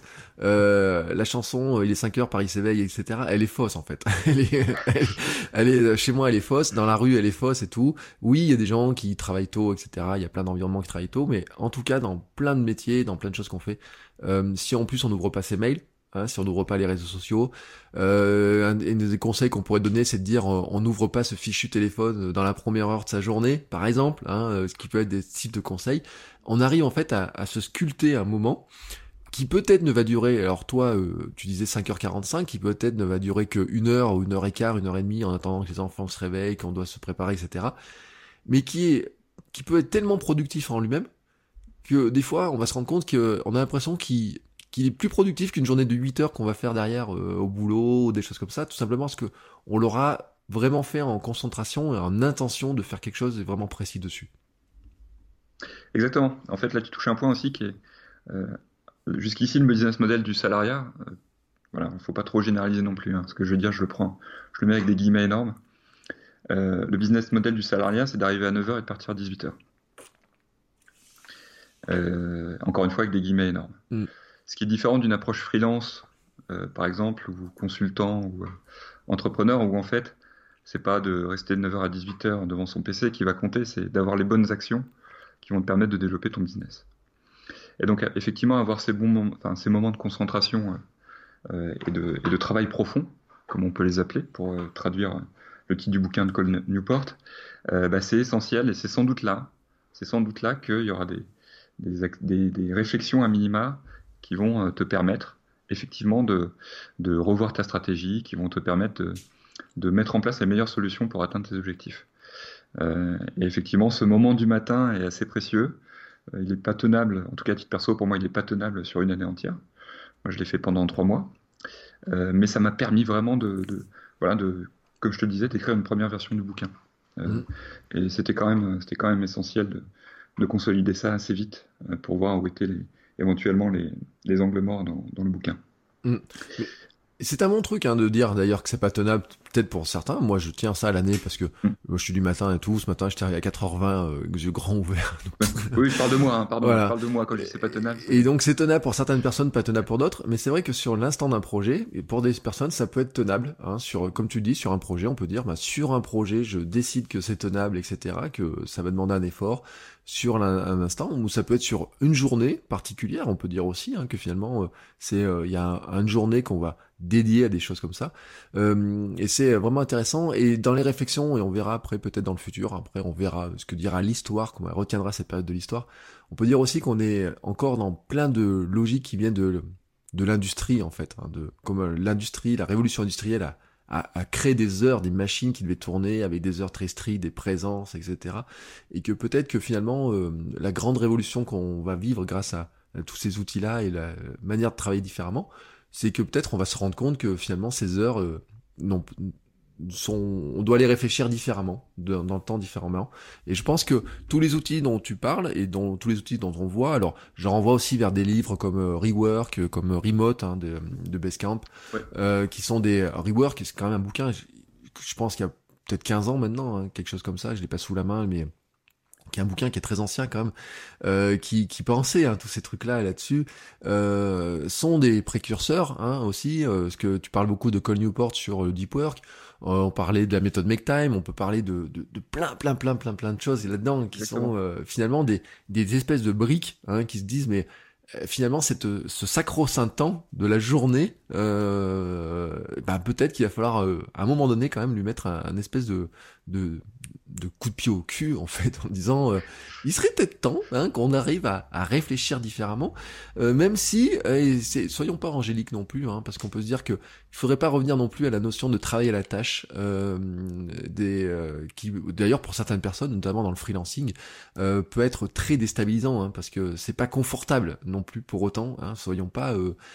La chanson il est 5h, Paris s'éveille, etc. Elle est fausse en fait. elle est chez moi, elle est fausse, dans la rue elle est fausse et tout. Oui, il y a des gens qui travaillent tôt, etc. Il y a plein d'environnements qui travaillent tôt, mais en tout cas dans plein de métiers, dans plein de choses qu'on fait, si en plus on n'ouvre pas ses mails, si on n'ouvre pas les réseaux sociaux, un des conseils qu'on pourrait donner, c'est de dire on n'ouvre pas ce fichu téléphone dans la première heure de sa journée, par exemple, ce qui peut être des types de conseils. On arrive en fait à se sculpter un moment qui peut-être ne va durer, alors toi tu disais 5h45, qui peut-être ne va durer que 1h ou 1h15, 1h30 en attendant que les enfants se réveillent, qu'on doit se préparer, etc. Mais qui peut être tellement productif en lui-même que des fois on va se rendre compte qu'on a l'impression qu'il est plus productif qu'une journée de 8 heures qu'on va faire derrière au boulot ou des choses comme ça, tout simplement parce que on l'aura vraiment fait en concentration et en intention de faire quelque chose de vraiment précis dessus. Exactement. En fait, là, tu touches un point aussi qui est jusqu'ici le business model du salariat. Voilà, il ne faut pas trop généraliser non plus. Ce que je veux dire, je le mets avec des guillemets énormes. Le business model du salariat, c'est d'arriver à 9h et de partir à 18h. Encore une fois, avec des guillemets énormes. Ce qui est différent d'une approche freelance, par exemple, ou consultant, ou entrepreneur, où en fait, c'est pas de rester de 9h à 18h devant son PC qui va compter, c'est d'avoir les bonnes actions qui vont te permettre de développer ton business. Et donc, effectivement, avoir ces moments de concentration et de travail profond, comme on peut les appeler, pour traduire le titre du bouquin de Cal Newport, c'est essentiel, et c'est sans doute là qu'il y aura des réflexions à minima qui vont te permettre effectivement de revoir ta stratégie, qui vont te permettre de mettre en place les meilleures solutions pour atteindre tes objectifs. Et effectivement, ce moment du matin est assez précieux. Il n'est pas tenable, en tout cas à titre perso, pour moi, il n'est pas tenable sur une année entière. Moi, je l'ai fait pendant 3 mois. Mais ça m'a permis vraiment comme je te disais, d'écrire une première version du bouquin. Et c'était quand même essentiel de consolider ça assez vite pour voir où étaient éventuellement les angles morts dans le bouquin. C'est un bon truc de dire d'ailleurs que c'est pas tenable, peut-être pour certains. Moi je tiens ça à l'année parce que moi, je suis du matin et tout. Ce matin j'étais arrivé à 4h20, les yeux grands ouverts. Oui, je parle de moi, pardon, voilà. Je parle de moi quand je dis c'est pas tenable. Et donc c'est tenable pour certaines personnes, pas tenable pour d'autres. Mais c'est vrai que sur l'instant d'un projet, et pour des personnes ça peut être tenable. Comme tu dis, sur un projet, on peut dire sur un projet je décide que c'est tenable, etc. Que ça va demander un effort sur un instant, ou ça peut être sur une journée particulière. On peut dire aussi que finalement il y a une journée qu'on va dédier à des choses comme ça, et c'est vraiment intéressant. Et dans les réflexions, et on verra après peut-être dans le futur, après on verra ce que dira l'histoire, comment elle retiendra cette période de l'histoire, on peut dire aussi qu'on est encore dans plein de logiques qui viennent de l'industrie en fait, comme l'industrie, la révolution industrielle a créé des heures, des machines qui devaient tourner avec des heures très strictes, des présences, etc. Et que peut-être que finalement la grande révolution qu'on va vivre grâce à tous ces outils-là et la manière de travailler différemment, c'est que peut-être on va se rendre compte que finalement ces heures on doit les réfléchir différemment, dans le temps différemment. Et je pense que tous les outils dont tu parles et tous les outils dont on voit, alors je renvoie aussi vers des livres comme Rework, comme Remote de Basecamp, qui sont des Rework, c'est quand même un bouquin, je pense qu'il y a peut-être 15 ans maintenant, quelque chose comme ça, je l'ai pas sous la main, mais qui est un bouquin qui est très ancien quand même, qui pensait tous ces trucs-là là-dessus, sont des précurseurs aussi, parce que tu parles beaucoup de Cal Newport sur le Deep Work, on parlait de la méthode Make Time, on peut parler de plein de choses là-dedans qui sont finalement des espèces de briques qui se disent mais finalement ce sacro-saint temps de la journée, peut-être qu'il va falloir à un moment donné quand même lui mettre un espèce de coup de pied au cul en fait, en disant il serait peut-être temps qu'on arrive à réfléchir différemment, même si soyons pas angéliques non plus, parce qu'on peut se dire que il faudrait pas revenir non plus à la notion de travail à la tâche, qui d'ailleurs pour certaines personnes, notamment dans le freelancing, peut être très déstabilisant, parce que c'est pas confortable non plus pour autant, soyons pas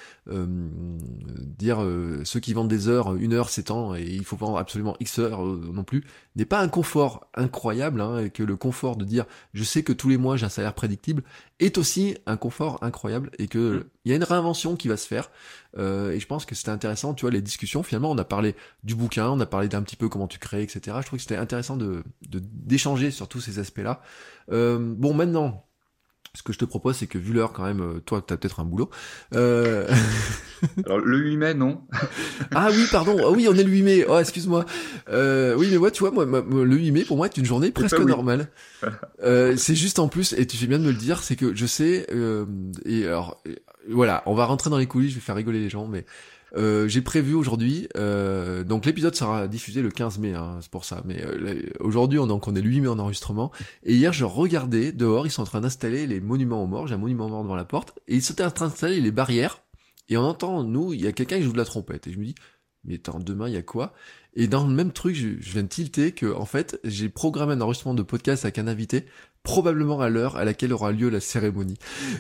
dire ceux qui vendent des heures, 1 heure c'est temps et il faut vendre absolument X heures non plus, n'est pas un confort incroyable, et que le confort de dire je sais que tous les mois j'ai un salaire prédictible est aussi un confort incroyable, et que il y a une réinvention qui va se faire, et je pense que c'était intéressant, tu vois, les discussions, finalement on a parlé du bouquin, on a parlé d'un petit peu comment tu crées, etc. Je trouve que c'était intéressant d'échanger sur tous ces aspects-là. Bon, maintenant, ce que je te propose, c'est que vu l'heure quand même, toi t'as peut-être un boulot. Alors le 8 mai, non. Ah oui, pardon. Oh, oui, on est le 8 mai. Oh, excuse-moi. Oui, mais moi, tu vois, le 8 mai, pour moi, est une journée presque normale. C'est juste en plus, et tu fais bien de me le dire, c'est que je sais, et alors, voilà, on va rentrer dans les coulisses, je vais faire rigoler les gens, mais j'ai prévu aujourd'hui, donc l'épisode sera diffusé le 15 mai, c'est pour ça, mais aujourd'hui on est le 8 mai en enregistrement, et hier je regardais dehors, ils sont en train d'installer les monuments aux morts, j'ai un monument mort devant la porte, et ils sont en train d'installer les barrières, et on entend, il y a quelqu'un qui joue de la trompette, et je me dis, mais attends, demain il y a quoi? Et dans le même truc, je viens de tilter que, en fait, j'ai programmé un enregistrement de podcast avec un invité, probablement à l'heure à laquelle aura lieu la cérémonie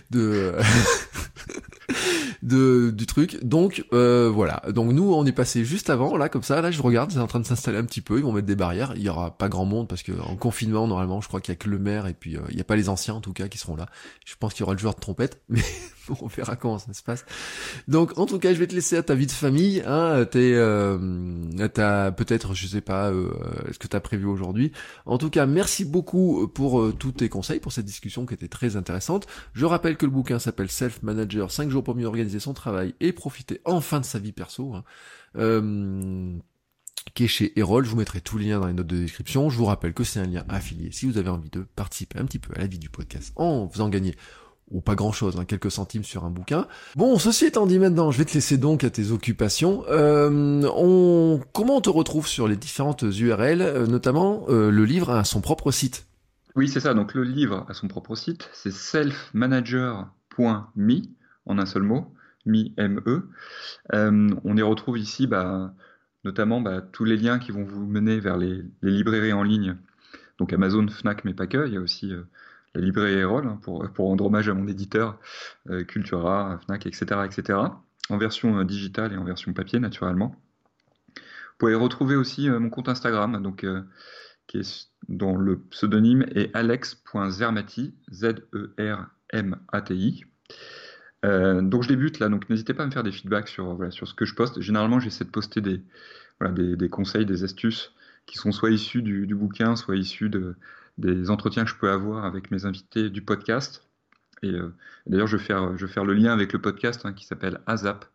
du truc. Donc voilà. Donc nous on est passé juste avant, là comme ça, là je regarde, c'est en train de s'installer un petit peu, ils vont mettre des barrières, il y aura pas grand monde parce que en confinement normalement, je crois qu'il y a que le maire et puis il y a pas les anciens en tout cas qui seront là. Je pense qu'il y aura le joueur de trompette, mais on verra comment ça se passe. Donc en tout cas, je vais te laisser à ta vie de famille, t'as peut-être, je sais pas ce que t'as prévu aujourd'hui. En tout cas, merci beaucoup pour tous tes conseils, pour cette discussion qui était très intéressante. Je rappelle que le bouquin s'appelle Self Manager, 5 jours pour mieux organiser son travail et profiter enfin de sa vie perso, qui est chez Erol. Je vous mettrai tous les liens dans les notes de description. Je vous rappelle que c'est un lien affilié si vous avez envie de participer un petit peu à la vie du podcast en faisant gagner ou pas grand chose, quelques centimes sur un bouquin. Bon, ceci étant dit, maintenant, je vais te laisser donc à tes occupations. Comment on te retrouve sur les différentes URL, notamment le livre a son propre site? Oui, c'est ça. Donc le livre a son propre site, c'est selfmanager.me, en un seul mot, me. On y retrouve ici notamment tous les liens qui vont vous mener vers les librairies en ligne, donc Amazon, Fnac, mais pas que. Il y a aussi la librairie Erol, pour rendre hommage à mon éditeur, Cultura, Fnac, etc., en version digitale et en version papier, naturellement. Vous pouvez retrouver aussi mon compte Instagram, donc dont le pseudonyme est alex.zermati, Zermati. Donc je débute là, donc n'hésitez pas à me faire des feedbacks sur ce que je poste. Généralement, j'essaie de poster des conseils, des astuces qui sont soit issus du bouquin, soit issus des entretiens que je peux avoir avec mes invités du podcast. Et d'ailleurs, je vais faire le lien avec le podcast qui s'appelle AZZAP,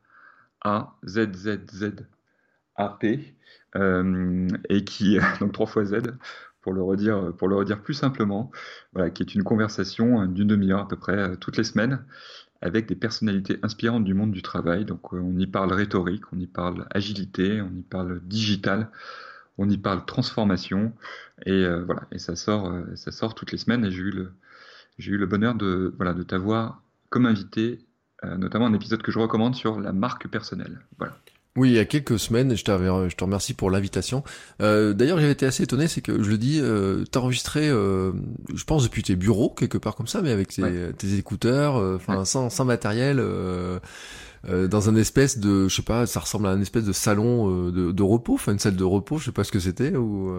A-Z-Z-Z-A-P, et qui, donc 3 fois Z, pour le redire plus simplement, qui est une conversation d'une demi-heure à peu près toutes les semaines, avec des personnalités inspirantes du monde du travail. Donc on y parle rhétorique, on y parle agilité, on y parle digital, on y parle transformation, et ça sort toutes les semaines. Et j'ai eu le bonheur de t'avoir comme invité, notamment un épisode que je recommande sur la marque personnelle. Voilà. Oui, il y a quelques semaines, je te remercie pour l'invitation. D'ailleurs, j'avais été assez étonné, c'est que je le dis, t'as enregistré, je pense depuis tes bureaux, quelque part comme ça, mais avec tes écouteurs, sans matériel, dans un espèce de, je sais pas, ça ressemble à un espèce de salon de repos, une salle de repos, je sais pas ce que c'était, ou...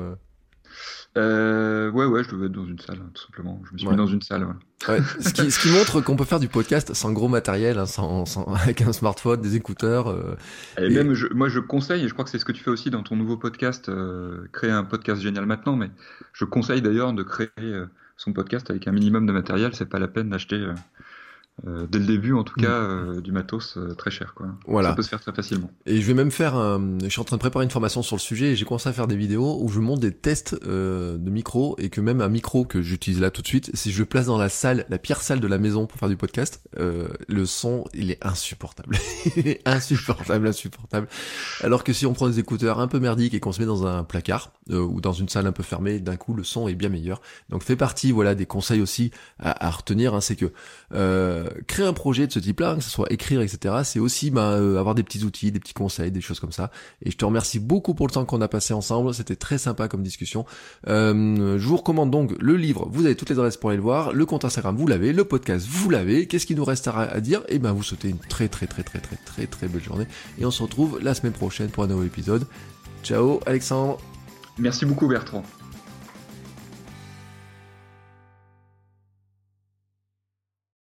je devais être dans une salle, tout simplement. Je me suis mis dans une salle. Ouais, ce qui montre qu'on peut faire du podcast sans gros matériel, avec un smartphone, des écouteurs. Même, moi, je conseille, et je crois que c'est ce que tu fais aussi dans ton nouveau podcast, créer un podcast génial maintenant, mais je conseille d'ailleurs de créer son podcast avec un minimum de matériel. C'est pas la peine d'acheter dès le début en tout cas du matos très cher quoi. Voilà. Ça peut se faire très facilement. Et je vais même faire je suis en train de préparer une formation sur le sujet et j'ai commencé à faire des vidéos où je montre des tests de micro et que même un micro que j'utilise là tout de suite, si je le place dans la salle, la pire salle de la maison pour faire du podcast, le son il est insupportable. Il est insupportable. Alors que si on prend des écouteurs un peu merdiques et qu'on se met dans un placard ou dans une salle un peu fermée, d'un coup le son est bien meilleur. Donc fait partie des conseils aussi à retenir, hein, c'est que créer un projet de ce type-là, que ce soit écrire, etc., c'est aussi avoir des petits outils, des petits conseils, des choses comme ça. Et je te remercie beaucoup pour le temps qu'on a passé ensemble. C'était très sympa comme discussion. Je vous recommande donc le livre. Vous avez toutes les adresses pour aller le voir. Le compte Instagram, vous l'avez. Le podcast, vous l'avez. Qu'est-ce qu'il nous reste à dire ? Eh ben, vous souhaitez une très belle journée. Et on se retrouve la semaine prochaine pour un nouvel épisode. Ciao, Alexandre. Merci beaucoup Bertrand.